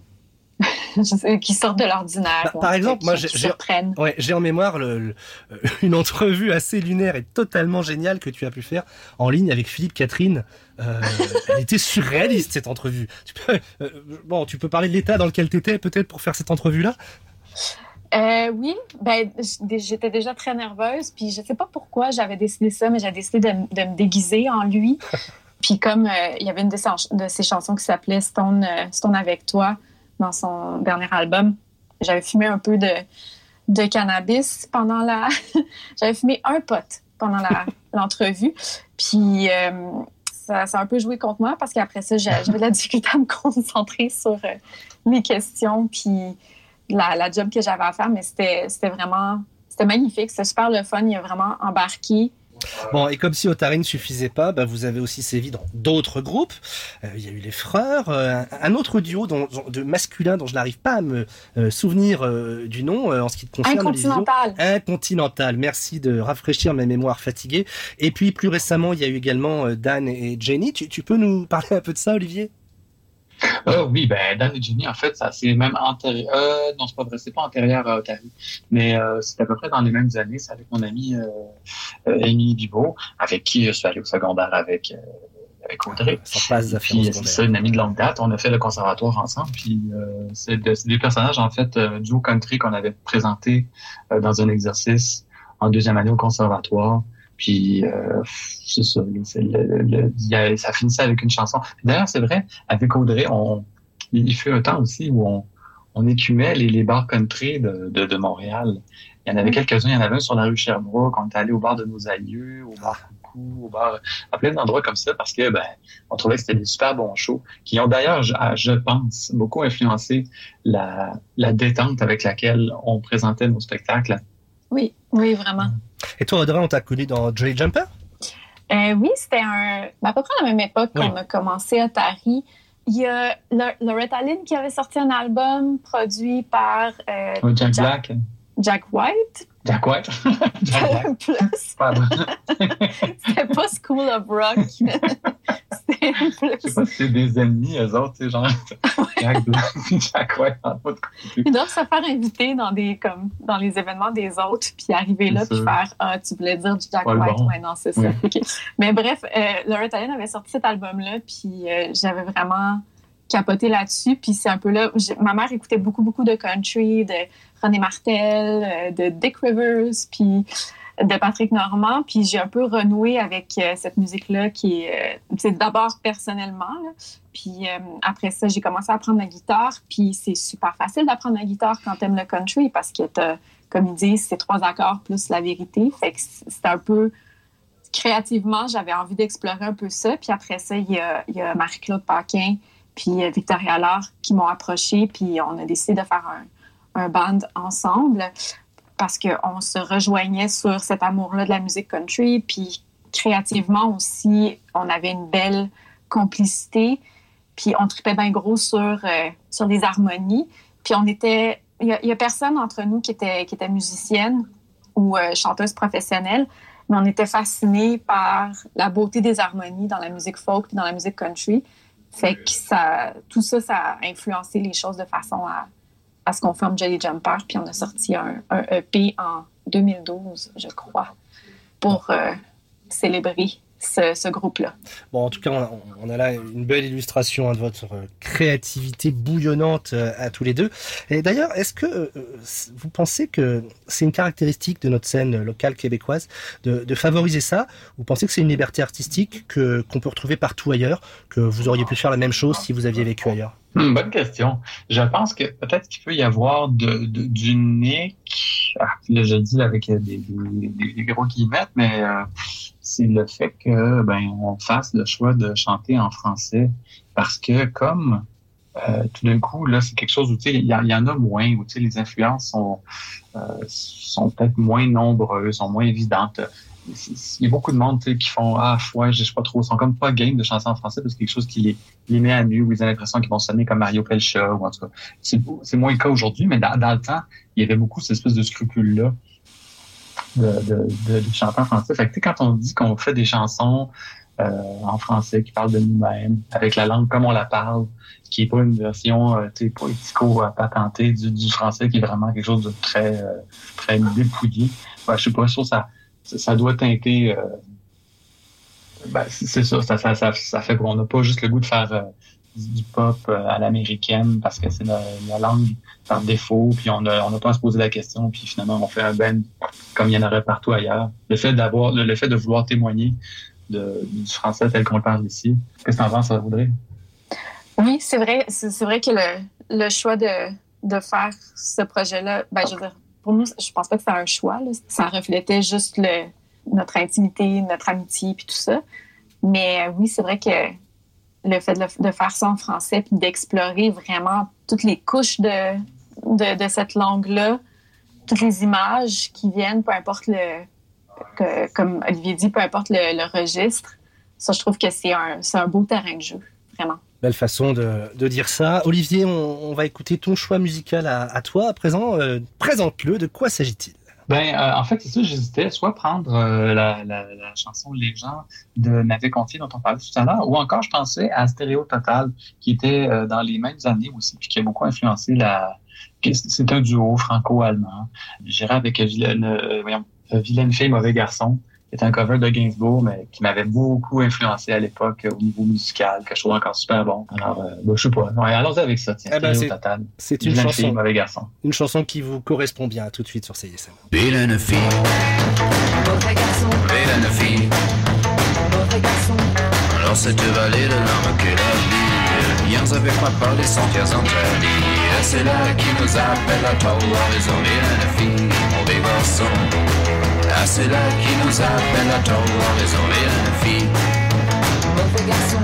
qui sortent de l'ordinaire. Bah, par exemple, moi, j'ai, j'ai, ouais, j'ai en mémoire le, le, une entrevue assez lunaire et totalement géniale que tu as pu faire en ligne avec Philippe Catherine. Euh, elle était surréaliste, cette entrevue. Tu peux, euh, bon, tu peux parler de l'état dans lequel tu étais, peut-être, pour faire cette entrevue-là? Euh, oui, ben, j'étais déjà très nerveuse, puis je sais pas pourquoi j'avais décidé ça, mais j'ai décidé de, de me déguiser en lui. Puis comme euh, il y avait une de ses, de ses chansons qui s'appelait Stone, euh, Stone avec toi, dans son dernier album, j'avais fumé un peu de, de cannabis pendant la... j'avais fumé un pot pendant la, l'entrevue. Puis euh, ça, ça a un peu joué contre moi parce qu'après ça, j'avais de la difficulté à me concentrer sur euh, les questions puis la, la job que j'avais à faire. Mais c'était, c'était vraiment... C'était magnifique. C'était super le fun. Il a vraiment embarqué. Bon, et comme si Otari ne suffisait pas, bah, vous avez aussi sévi dans d'autres groupes. Euh, il y a eu les Frères, euh, un autre duo dont, de masculin dont je n'arrive pas à me euh, souvenir euh, du nom euh, en ce qui te concerne. Incontinental. Incontinental. Merci de rafraîchir mes mémoires fatiguées. Et puis plus récemment, il y a eu également euh, Dan et Jenny. Tu, tu peux nous parler un peu de ça, Olivier? Ah oh, oui, ben Dan et Jenny, en fait, ça c'est même antérieur. Euh, non, c'est pas vrai, c'est pas antérieur à Otari, mais euh, c'est à peu près dans les mêmes années. C'est avec mon amie euh, euh, Émilie Bibeau, avec qui je suis allé au secondaire avec euh, avec Audrey. Ça passe à puis c'est ça, une amie de longue date. On a fait le conservatoire ensemble. Puis euh, c'est, de, c'est des personnages en fait euh, duo country qu'on avait présenté euh, dans un exercice en deuxième année au conservatoire. Puis, euh, c'est ça, c'est le, le, le, y a, ça finissait avec une chanson. D'ailleurs, c'est vrai, avec Audrey, on, il fut un temps aussi où on, on écumait les, les bars country de, de, de Montréal. Il y en avait quelques-uns. Il y en avait un sur la rue Sherbrooke. On était allé au bar de nos aïeux, au bar Coucou, au bar, à plein d'endroits comme ça parce que, ben, on trouvait que c'était des super bons shows qui ont d'ailleurs, je, je pense, beaucoup influencé la, la détente avec laquelle on présentait nos spectacles. Oui, oui, vraiment. Et toi, Audrey, on t'a connu dans Jolly Jumper? Euh, oui, c'était un, à peu près à la même époque oui. qu'on a commencé Otari. Il y a Loretta Lynn qui avait sorti un album produit par euh, oh, Jack, Jack Black. Jack White. Jack White? Jack Black. Plus. C'était pas School of Rock. C'était plus. Je sais pas si c'est des ennemis, eux autres, tu sais, genre Jack Black et Jack White en pas de côté. Ils doivent se faire inviter dans des comme dans les événements des autres, puis arriver là, puis faire ah, tu voulais dire du Jack pas White, bon. ouais, non, c'est ça. Oui. Okay. Mais bref, euh, Loretta Lynn avait sorti cet album-là, puis euh, j'avais vraiment capoté là-dessus, puis c'est un peu là. Ma mère écoutait beaucoup, beaucoup de country, de René Martel, de Dick Rivers, puis de Patrick Normand, puis j'ai un peu renoué avec euh, cette musique-là qui est, euh, c'est d'abord personnellement, là. Puis euh, après ça, j'ai commencé à apprendre la guitare, puis c'est super facile d'apprendre la guitare quand t'aimes le country, parce que t'as, comme ils disent, c'est trois accords plus la vérité, fait que c'est un peu... Créativement, j'avais envie d'explorer un peu ça, puis après ça, il y a, il y a Marie-Claude Paquin, puis euh, Victoria Allard qui m'ont approchée, puis on a décidé de faire un, un band ensemble, parce qu'on se rejoignait sur cet amour-là de la musique country, puis créativement aussi, on avait une belle complicité. Puis on tripait bien gros sur, euh, sur les harmonies. Puis on était... Il y, y a personne entre nous qui était, qui était musicienne ou euh, chanteuse professionnelle, mais on était fascinés par la beauté des harmonies dans la musique folk et dans la musique country. Fait que ça, tout ça, ça a influencé les choses de façon à, à ce qu'on forme Jolly Jumper. Puis on a sorti un, un E P en deux mille douze, je crois, pour euh, célébrer ce, ce groupe-là. Bon, en tout cas, on a, on a là une belle illustration hein, de votre créativité bouillonnante euh, à tous les deux. Et d'ailleurs, est-ce que euh, vous pensez que c'est une caractéristique de notre scène locale québécoise de, de favoriser ça? Vous pensez que c'est une liberté artistique que, qu'on peut retrouver partout ailleurs, que vous auriez pu faire la même chose si vous aviez vécu ailleurs? Hum, bonne question. Je pense que peut-être qu'il peut y avoir de, de, d'unique, ah, là je le dis avec des, des, des, des gros guillemets, mais euh, c'est le fait que ben on fasse le choix de chanter en français parce que comme euh, tout d'un coup là c'est quelque chose où tu sais il y, y en a moins où tu sais les influences sont euh, sont peut-être moins nombreuses, sont moins évidentes. Il y a beaucoup de monde qui font ah ouais je sais pas trop, ils sont comme pas game de chanter en français parce que c'est quelque chose qui les, les met à nu ou ils ont l'impression qu'ils vont sonner comme Mario Pelcha ou en tout cas c'est, c'est moins le cas aujourd'hui, mais dans, dans le temps il y avait beaucoup cette espèce de scrupule là de, de, de, de chanter en français. Fait que quand on dit qu'on fait des chansons euh, en français qui parlent de nous-mêmes avec la langue comme on la parle, qui est pas une version euh, tu sais poético-patentée du, du français, qui est vraiment quelque chose de très euh, très dépouillé. Ouais, je sais pas, je trouve ça ça doit teinter euh, ben, c'est ça, ça, ça, ça, ça fait qu'on n'a pas juste le goût de faire euh, du pop euh, à l'américaine parce que c'est la, la langue par défaut, puis on n'a on a pas à se poser la question, puis finalement on fait un band comme il y en aurait partout ailleurs. Le fait d'avoir le, le fait de vouloir témoigner de, du français tel qu'on le parle ici. Qu'est-ce que t'en penses, Audrey? Oui, c'est vrai, c'est, c'est vrai que le, le choix de, de faire ce projet-là, ben je veux dire, pour nous, je pense pas que c'était un choix. Là. Ça reflétait juste le, notre intimité, notre amitié, puis tout ça. Mais euh, oui, c'est vrai que le fait de, le, de faire ça en français, puis d'explorer vraiment toutes les couches de, de, de cette langue-là, toutes les images qui viennent, peu importe le, que, comme Olivier dit, peu importe le, le registre, ça, je trouve que c'est un, c'est un beau terrain de jeu, vraiment. Belle façon de, de dire ça. Olivier, on, on va écouter ton choix musical à, à toi. À présent, euh, présente-le. De quoi s'agit-il? Ben, euh, en fait, c'est ça, j'hésitais soit prendre euh, la, la, la chanson Les gens de M'avait confié dont on parlait tout à l'heure, ou encore je pensais à Stéréo Total, qui était euh, dans les mêmes années aussi, puis qui a beaucoup influencé la... C'est un duo franco-allemand. J'irais avec Vilaine, euh, voyons, Vilaine fille, mauvais garçon, qui est un cover de Gainsbourg, mais qui m'avait beaucoup influencé à l'époque au niveau musical, que je trouve encore super bon. Alors, euh, ben, je sais pas. Ouais, allons-y avec ça, tiens. Eh ben, c'est, Total. C'est une Vilaine chanson, fille, mauvais garçon. Une chanson qui vous correspond bien tout de suite sur C I S M. Vilaine fille, Mauvais garçon, vilaine fille, mauvais garçon, alors cette vallée de larmes qu'elle a vie, viens avec moi par les sentiers interdits. C'est là qui nous appelle à toi, raison, vilaine fille, mauvais garçon. Ah, c'est là qui nous appelle à toi, raison, vilaine fille, mauvais garçon,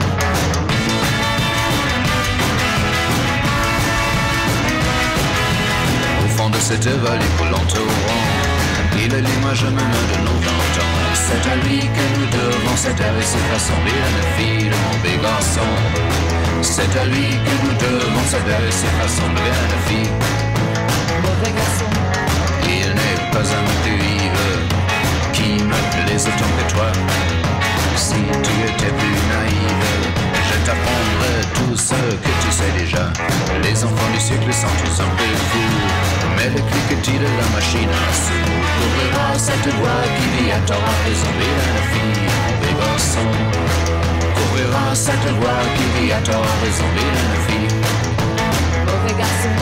au fond de cette vallée coulante au vent, il est l'image même de nos vingt ans. C'est à lui que nous devons cette ère et cette façon, vilaine fille, de mauvais garçon. C'est à lui que nous devons cette ère et cette façon, vilaine fille, mauvais garçon, il n'est pas un cuivre qui me plaise autant que toi. Si tu étais plus naïve, je t'apprendrais tout ce que tu sais déjà. Les enfants du siècle sont tous un peu fous, mais le cliquetis de la machine à sous couvrira cette voix qui vit à tort raison, vilaine fille, mauvais garçon. Couvrira cette voix qui vit à tort raison, vilaine fille, mauvais garçon,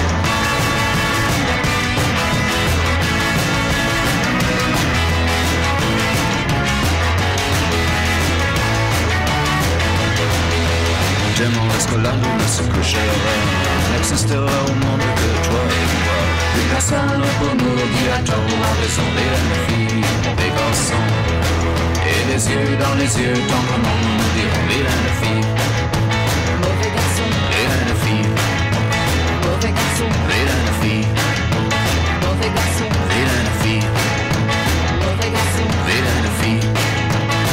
Tellement est-ce que la lune se couchera, n'existera au monde que toi et moi. Plus personne pour nous dire à tort raison, vilaine fille, mauvais garçon. Et les yeux dans les yeux, tendrement nous diront vilaine fille, mauvais garçon, vilaine fille, mauvais garçon, vilaine fille, mauvais garçon, vilaine fille, mauvais garçon, vilaine fille,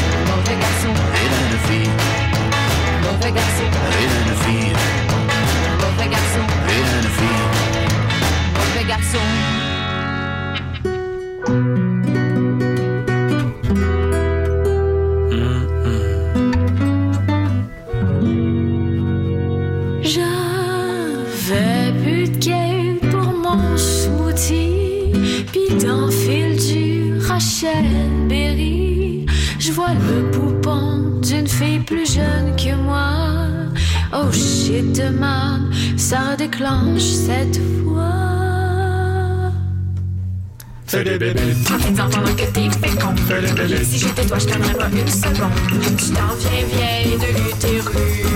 Michel Berry. Je vois le poupon d'une fille plus jeune que moi. Oh shit, man, ça déclenche cette fois. Fais des bébés. Profites-en pendant que t'es fécond. Fais des bébés. Si j'étais toi, je t'aimerais pas une seconde. Tu t'en viens vieille de l'utérus.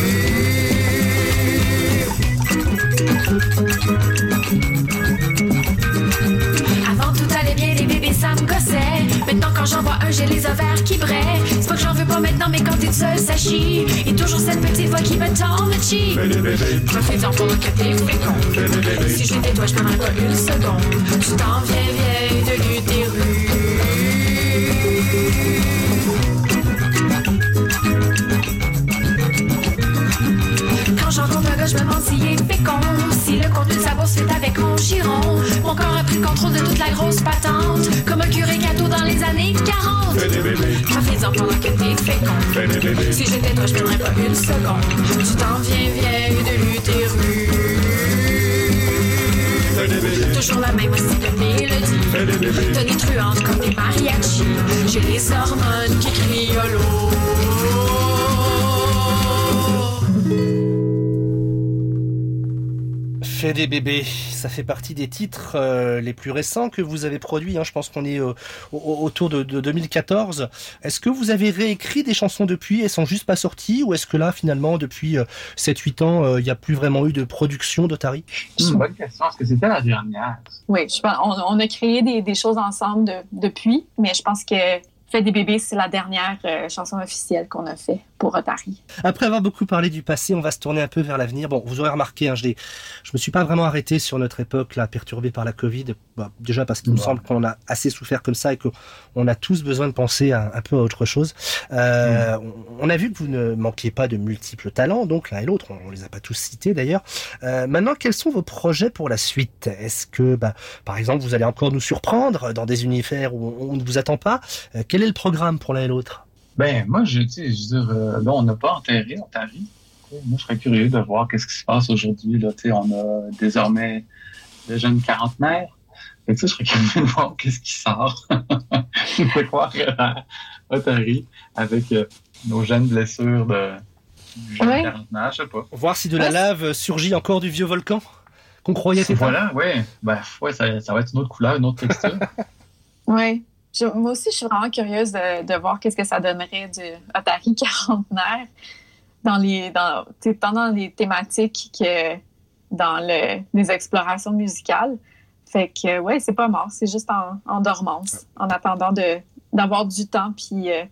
Avant tout allait bien, les bébés ça me gossait. Maintenant quand j'en vois un, j'ai les ovaires qui braient. C'est pas que j'en veux pas maintenant, mais quand t'es seul, ça chie. Et toujours cette petite voix qui me tend le chi. Fais des bébés. Profites-en pendant que t'es fécond. Fais des bébés. Si j'étais toi, je t'aimerais pas une seconde. Tu t'en viens vieille de l'utérus. Quand j'en compte un gars, je me demande s'il est fécond. Si le contenu de sa bourse fait avec mon giron. Mon corps a pris le contrôle de toute la grosse patente. Comme un curé gâteau dans les années quarante. Fais des bébés. Profites-en pendant que t'es fécond. Fais des bébés. Si j'étais toi, je perdrais pas une seconde. Tu t'en viens vieille de l'utérus. Fais des bébés. Toujours la même aussi de mélodie. Fais des bébés. Tonitruante comme des mariachis. J'ai les hormones qui crient yolo. Fait des bébés, ça fait partie des titres euh, les plus récents que vous avez produits. Hein. Je pense qu'on est euh, au, autour de, de deux mille quatorze. Est-ce que vous avez réécrit des chansons depuis? Elles sont juste pas sorties? Ou est-ce que là, finalement, depuis euh, sept huit ans, il euh, n'y a plus vraiment eu de production d'Otari? C'est une bonne question. Est-ce que c'était la dernière? Oui, je pense, on, on a créé des, des choses ensemble de, depuis, mais je pense que Fait des bébés, c'est la dernière euh, chanson officielle qu'on a fait pour Otari. Après avoir beaucoup parlé du passé, on va se tourner un peu vers l'avenir. Bon, vous aurez remarqué, hein, je ne me suis pas vraiment arrêté sur notre époque, là, perturbée par la Covid. Bah, déjà parce qu'il ouais. me semble qu'on a assez souffert comme ça et qu'on a tous besoin de penser à, un peu à autre chose. Euh, mmh. on, on a vu que vous ne manquiez pas de multiples talents, donc l'un et l'autre, on ne les a pas tous cités d'ailleurs. Euh, maintenant, quels sont vos projets pour la suite? Est-ce que, bah, par exemple, vous allez encore nous surprendre dans des univers où on ne vous attend pas? euh, Quel est le programme pour l'un et l'autre? Ben, moi, je, je veux dire, euh, là, on n'a pas enterré Otari. Moi, je serais curieux de voir qu'est-ce qui se passe aujourd'hui. Là, tu sais, on a désormais des jeunes quarantenaires. Fait que ça, je serais curieux de voir qu'est-ce qui sort. Je vais croire Otari avec euh, nos jeunes blessures de jeunes oui. quarantenaires, je sais pas. Voir si de la lave surgit encore du vieux volcan qu'on croyait éteint. Voilà, oui. Ben, ouais, ça, ça va être une autre couleur, une autre texture. Oui. Je, moi aussi, je suis vraiment curieuse de, de voir qu'est-ce que ça donnerait du Otari quarantenaire dans les, dans, tant dans les thématiques que dans le, les explorations musicales. Fait que, ouais, c'est pas mort, c'est juste en, en dormance, en attendant de, d'avoir du temps, puis... Euh,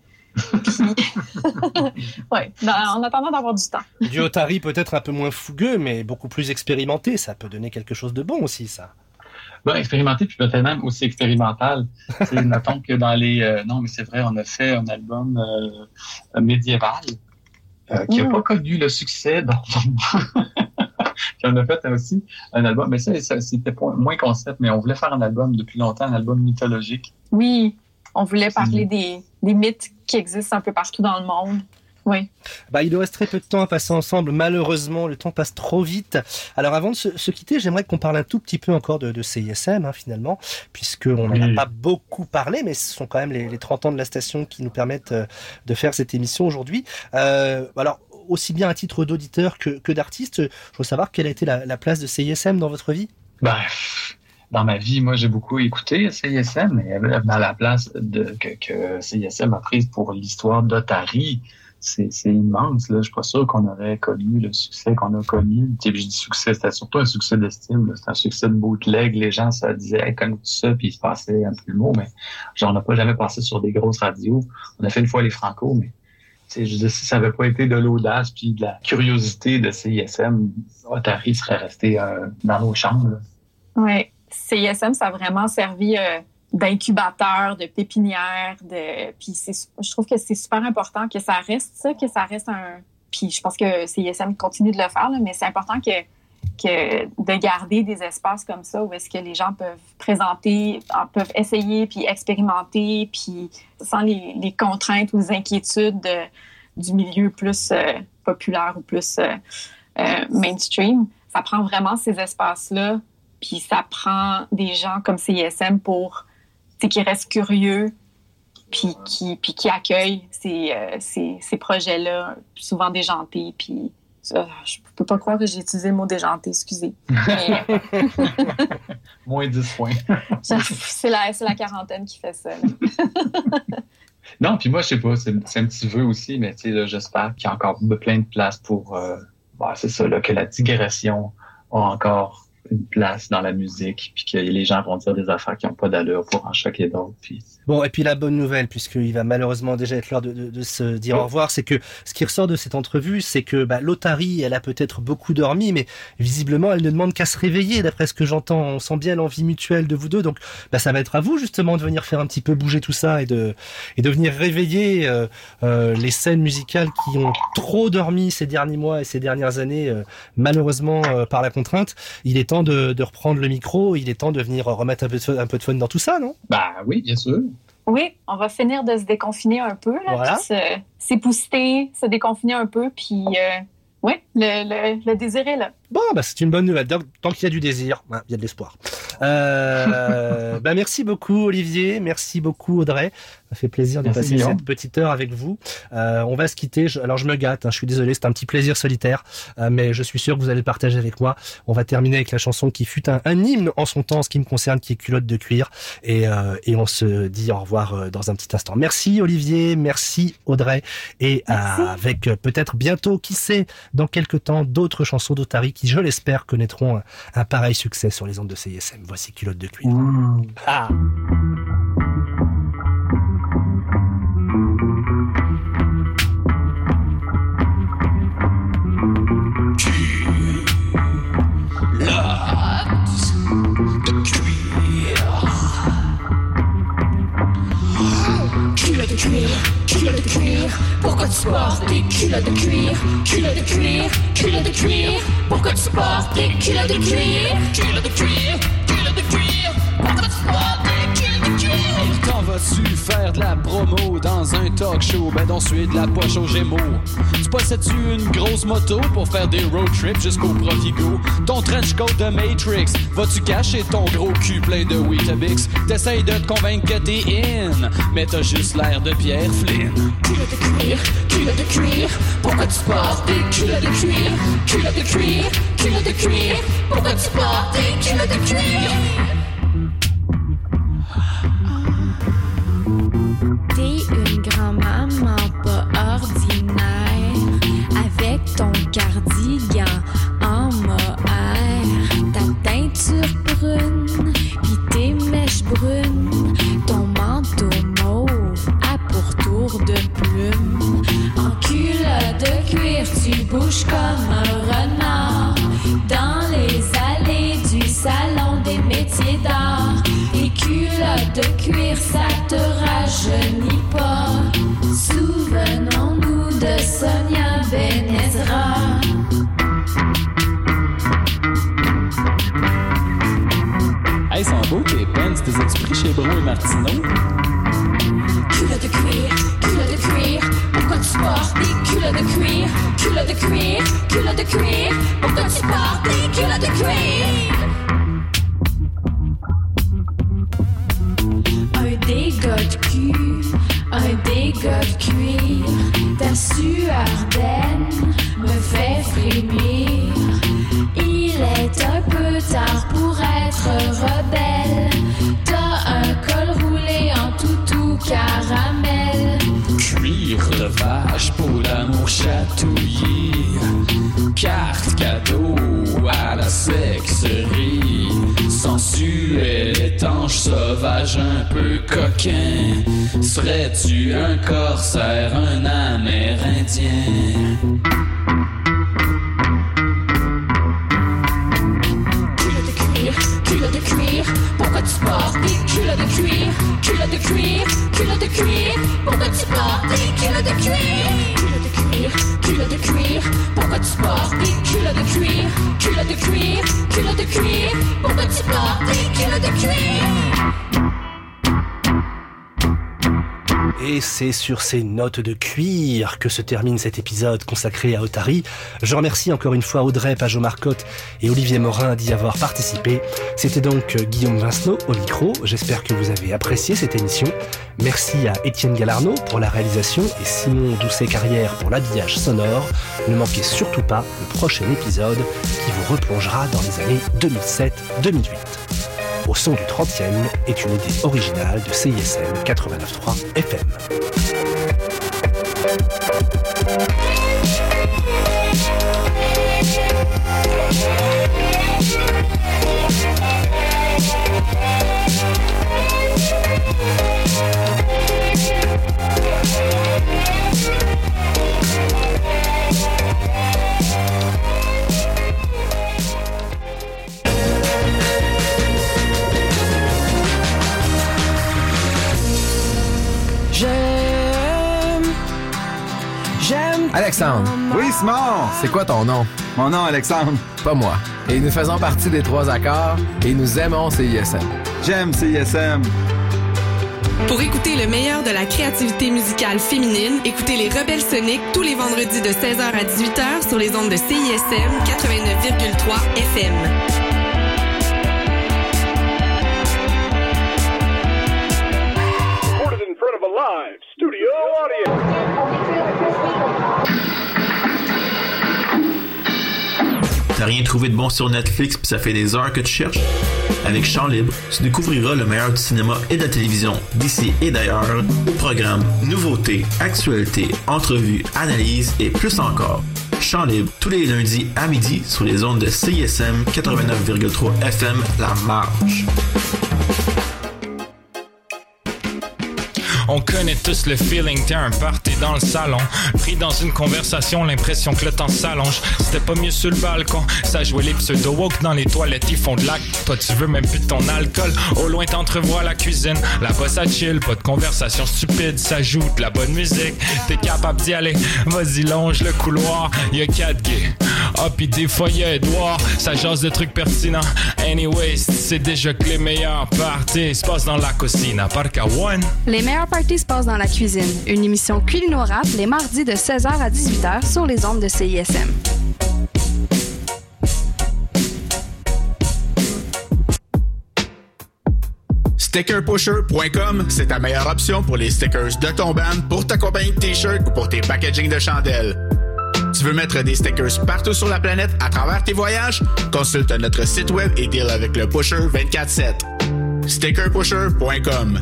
ouais, en attendant d'avoir du temps. Du Otari peut-être un peu moins fougueux, mais beaucoup plus expérimenté. Ça peut donner quelque chose de bon aussi, ça. Ben, expérimenté, puis peut-être même aussi expérimental. Notons que dans les... Euh, non, mais c'est vrai, on a fait un album euh, médiéval euh, qui n'a mmh. pas connu le succès. Donc... Puis on a fait aussi un album, mais ça, ça c'était moins concept, mais on voulait faire un album depuis longtemps, un album mythologique. Oui, on voulait parler des, des mythes qui existent un peu partout dans le monde. Oui. Bah, il nous reste très peu de temps à passer ensemble. Malheureusement, le temps passe trop vite. Alors, avant de se, se quitter, j'aimerais qu'on parle un tout petit peu encore de, de C I S M, hein, finalement, puisqu'on n'en oui. a pas beaucoup parlé, mais ce sont quand même les, les trente ans de la station qui nous permettent euh, de faire cette émission aujourd'hui. Euh, alors, aussi bien à titre d'auditeur que, que d'artiste, je veux savoir quelle a été la, la place de C I S M dans votre vie? Ben, dans ma vie, moi, j'ai beaucoup écouté C I S M, mais à la place de, que, que C I S M a prise pour l'histoire d'Otari, c'est, c'est immense. Là. Je suis pas sûr qu'on aurait connu le succès qu'on a connu. Tu sais, je dis succès, c'était surtout un succès d'estime. Là. C'était un succès de bootleg. Les gens se disaient hey, « connais tout ça », puis ils se passaient un peu le mot, mais genre, on n'a pas jamais passé sur des grosses radios. On a fait une fois les Franco, mais je veux dire, si ça n'avait pas été de l'audace puis de la curiosité de C I S M, Otari serait resté euh, dans nos chambres. Oui, C I S M, ça a vraiment servi euh, d'incubateur, de pépinière. De... Puis c'est, je trouve que c'est super important que ça reste ça, que ça reste un... Puis je pense que C I S M continue de le faire, là, mais c'est important que, que de garder des espaces comme ça où est-ce que les gens peuvent présenter, peuvent essayer, puis expérimenter, puis sans les, les contraintes ou les inquiétudes de, du milieu plus euh, populaire ou plus euh, euh, mainstream. Ça prend vraiment ces espaces-là, puis ça prend des gens comme C I S M pour qui reste curieux, puis qui, puis qui accueille ces, euh, ces, ces projets-là, souvent déjantés, puis ça, je peux pas croire que j'ai utilisé le mot déjanté, excusez. Mais... Moins dix points. c'est, la, c'est la quarantaine qui fait ça. Non, puis moi, je sais pas, c'est, c'est un petit vœu aussi, mais tu sais, là, j'espère qu'il y a encore plein de place pour, euh, bah, c'est ça, là, que la digression a encore une place dans la musique, puis que les gens vont dire des affaires qui n'ont pas d'allure pour en choquer d'autres. Puis... Bon, et puis la bonne nouvelle, puisqu'il va malheureusement déjà être l'heure de, de, de se dire oh. au revoir, c'est que ce qui ressort de cette entrevue, c'est que bah, Lautary, elle a peut-être beaucoup dormi, mais visiblement, elle ne demande qu'à se réveiller, d'après ce que j'entends. On sent bien l'envie mutuelle de vous deux, donc bah, ça va être à vous justement de venir faire un petit peu bouger tout ça et de, et de venir réveiller euh, euh, les scènes musicales qui ont trop dormi ces derniers mois et ces dernières années, euh, malheureusement euh, par la contrainte. Il est temps De, de reprendre le micro, il est temps de venir remettre un peu de, un peu de fun dans tout ça, non? Bah oui, bien sûr. Oui, on va finir de se déconfiner un peu, là, voilà. puis se, s'épousseter, se déconfiner un peu, puis euh, oui, le, le, le désir est là. Bon, bah c'est une bonne nouvelle. Tant qu'il y a du désir, il hein, y a de l'espoir. Euh, bah merci beaucoup Olivier, merci beaucoup Audrey. Ça fait plaisir de merci passer Guillaume. Cette petite heure avec vous. Euh, on va se quitter. Je, alors je me gâte, hein, je suis désolé, c'est un petit plaisir solitaire, euh, mais je suis sûr que vous allez le partager avec moi. On va terminer avec la chanson qui fut un, un hymne en son temps, en ce qui me concerne, qui est Culotte de cuir. Et, euh, et on se dit au revoir euh, dans un petit instant. Merci Olivier, merci Audrey. Et euh, avec euh, peut-être bientôt, qui sait, dans quelques temps, d'autres chansons d'Lautary qui, je l'espère, connaîtront un, un pareil succès sur les ondes de C I S M. Voici Culotte de cuir. Mmh. Ah. Culotte de cuir, culotte de cuir, pourquoi tu portes des culottes de cuir? Culotte de cuir, culotte de cuir, pourquoi tu portes des culottes de cuir? Culotte de cuir, culotte de cuir, pourquoi tu portes des culottes de cuir? Quand vas-tu faire de la promo dans un talk show? Ben donc suer de la poche aux Gémeaux. Tu possèdes-tu une grosse moto pour faire des road trips jusqu'au Provigo? Ton trench coat de Matrix, vas-tu cacher ton gros cul plein de Weetabix? T'essayes de te convaincre que t'es in, mais t'as juste l'air de Pierre Flynn. Culotte de cuir, culotte de cuir, pourquoi tu portes des culottes de cuir? Culotte de cuir, culotte de cuir, pourquoi tu portes des culottes de cuir? T'es une grand-maman pas ordinaire, avec ton cardigan en mohair, ta teinture brune, pis tes mèches brunes, ton manteau mauve à pourtour de plumes. En culotte de cuir, tu bouges comme un renard dans les allées du salon des métiers d'art. Les culottes de cuir, ça te rajeunit pas. Souvenons-nous de Sonia Benezra. Hey, sont beaux tes pants, t'es as-tu pris chez Bro et Martineau? Culotte de cuir, culotte de cuir, pourquoi tu portes des culottes de cuir? Culotte de cuir, culotte de cuir, pourquoi tu portes des culottes de cuir? Un dégât de cul, un dégât de cuir, ta sueur d'aine me fait frémir. Il est un peu tard pour être rebelle, t'as un col roulé en toutou caramel. Cuir de vache, peau d'amour chatouillée, carte cadeau à la sexerie, sensuel, étanche, sauvage, un peu coquin. Serais-tu un corsaire, un amérindien? Culotte de cuir, culotte de cuir, pourquoi tu portes des culottes de cuir? Culotte de cuir, culotte de cuir, pourquoi tu portes des culottes de cuir? Culotte de cuir, culotte de cuir, pourquoi tu portes des culottes de cuir? Culotte de cuir, culotte de cuir, pourquoi tu portes des culottes de cuir? Et c'est sur ces notes de cuir que se termine cet épisode consacré à Otari. Je remercie encore une fois Audrey Pajot-Marcotte et Olivier Morin d'y avoir participé. C'était donc Guillaume Vincenot au micro. J'espère que vous avez apprécié cette émission. Merci à Étienne Galarno pour la réalisation et Simon Doucet-Carrière pour l'habillage sonore. Ne manquez surtout pas le prochain épisode qui vous replongera dans les années deux mille sept deux mille huit. Au son du trentième est une idée originale de C I S M quatre-vingt-neuf virgule trois F M. Alexandre. Oui, Simon. C'est quoi ton nom? Mon nom, Alexandre. Pas moi. Et nous faisons partie des Trois Accords et nous aimons C I S M. J'aime C I S M. Pour écouter le meilleur de la créativité musicale féminine, écoutez les Rebelles Soniques tous les vendredis de seize heures à dix-huit heures sur les ondes de C I S M quatre-vingt-neuf virgule trois F M. Recorded in front of a live studio audience. T'as rien trouvé de bon sur Netflix pis ça fait des heures que tu cherches? Avec Chant Libre, tu découvriras le meilleur du cinéma et de la télévision d'ici et d'ailleurs. Programmes, nouveautés, actualités, entrevues, analyses et plus encore. Chant Libre, tous les lundis à midi sur les ondes de C I S M quatre-vingt-neuf virgule trois F M La Marge. On connaît tous le feeling, t'es un party dans le salon. Pris dans une conversation, l'impression que le temps s'allonge. C'était pas mieux sur le balcon, ça jouait les pseudo-woke dans les toilettes, ils font de l'acte. Toi tu veux même plus de ton alcool. Au loin t'entrevois la cuisine, là-bas ça chill. Pas de conversation stupide, ça joue de la bonne musique. T'es capable d'y aller, vas-y longe le couloir. Y'a quatre gays, ah pis des fois y'a Edouard. Ça jase de trucs pertinents. Anyways, c'est déjà que les meilleurs parties se passent dans la cocina. Parca One. Les meilleurs parties se passent dans la cuisine. Une émission culinorable les mardis de seize heures à dix-huit heures sur les ondes de C I S M. sticker pusher point com, c'est ta meilleure option pour les stickers de ton band, pour ta compagnie de t-shirts ou pour tes packaging de chandelles. Tu veux mettre des stickers partout sur la planète à travers tes voyages? Consulte notre site web et deal avec le Pusher vingt-quatre sept. sticker pusher point com.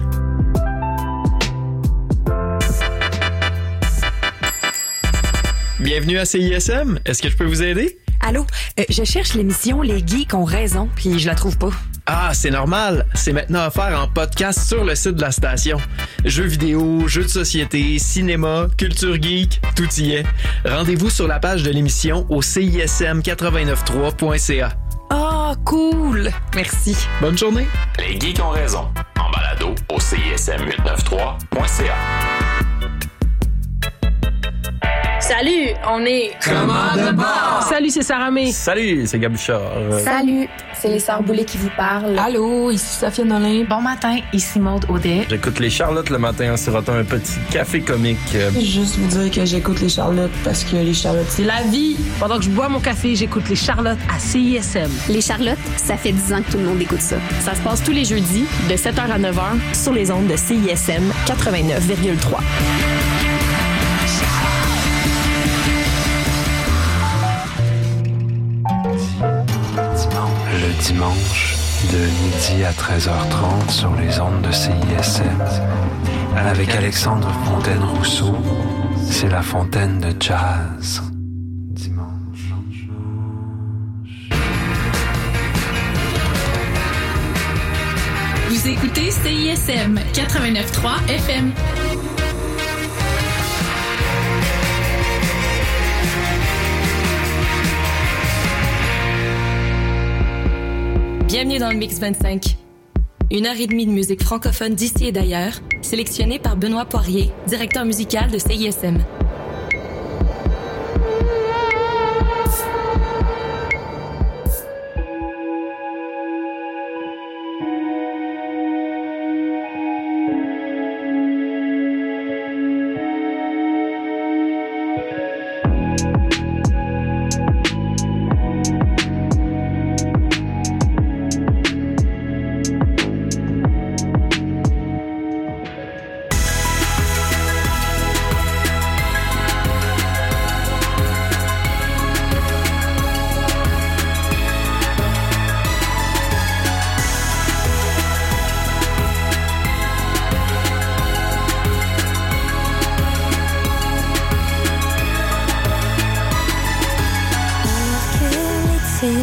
Bienvenue à C I S M. Est-ce que je peux vous aider? Allô? Euh, je cherche l'émission Les Geeks ont raison, puis je la trouve pas. Ah, c'est normal. C'est maintenant offert en podcast sur le site de la station. Jeux vidéo, jeux de société, cinéma, culture geek, tout y est. Rendez-vous sur la page de l'émission au C I S M quatre-vingt-neuf trois point C A. Ah, oh, cool! Merci. Bonne journée. Les Geeks ont raison. En balado au C I S M huit cent quatre-vingt-trois point C A. Salut, on est Commande bord. Salut, c'est Sarah May. Salut, c'est Gabuchard. Salut, c'est les Sœurs Boulay qui vous parlent. Allô, ici Sophia Nolin. Bon matin, ici Maude Audet. J'écoute les Charlottes le matin en sirotant un petit café comique. Juste vous dire que j'écoute les Charlottes parce que les Charlottes, c'est la vie. Pendant que je bois mon café, j'écoute les Charlottes à C I S M. Les Charlottes, ça fait dix ans que tout le monde écoute ça. Ça se passe tous les jeudis de sept heures à neuf heures sur les ondes de C I S M quatre-vingt-neuf virgule trois. Le dimanche, de midi à treize heures trente sur les ondes de C I S M. Avec Alexandre Fontaine-Rousseau, c'est la fontaine de jazz. Dimanche. Vous écoutez C I S M quatre-vingt-neuf trois F M. Bienvenue dans le Mix vingt-cinq. Une heure et demie de musique francophone d'ici et d'ailleurs, sélectionnée par Benoît Poirier, directeur musical de C I S M.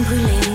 brûlés.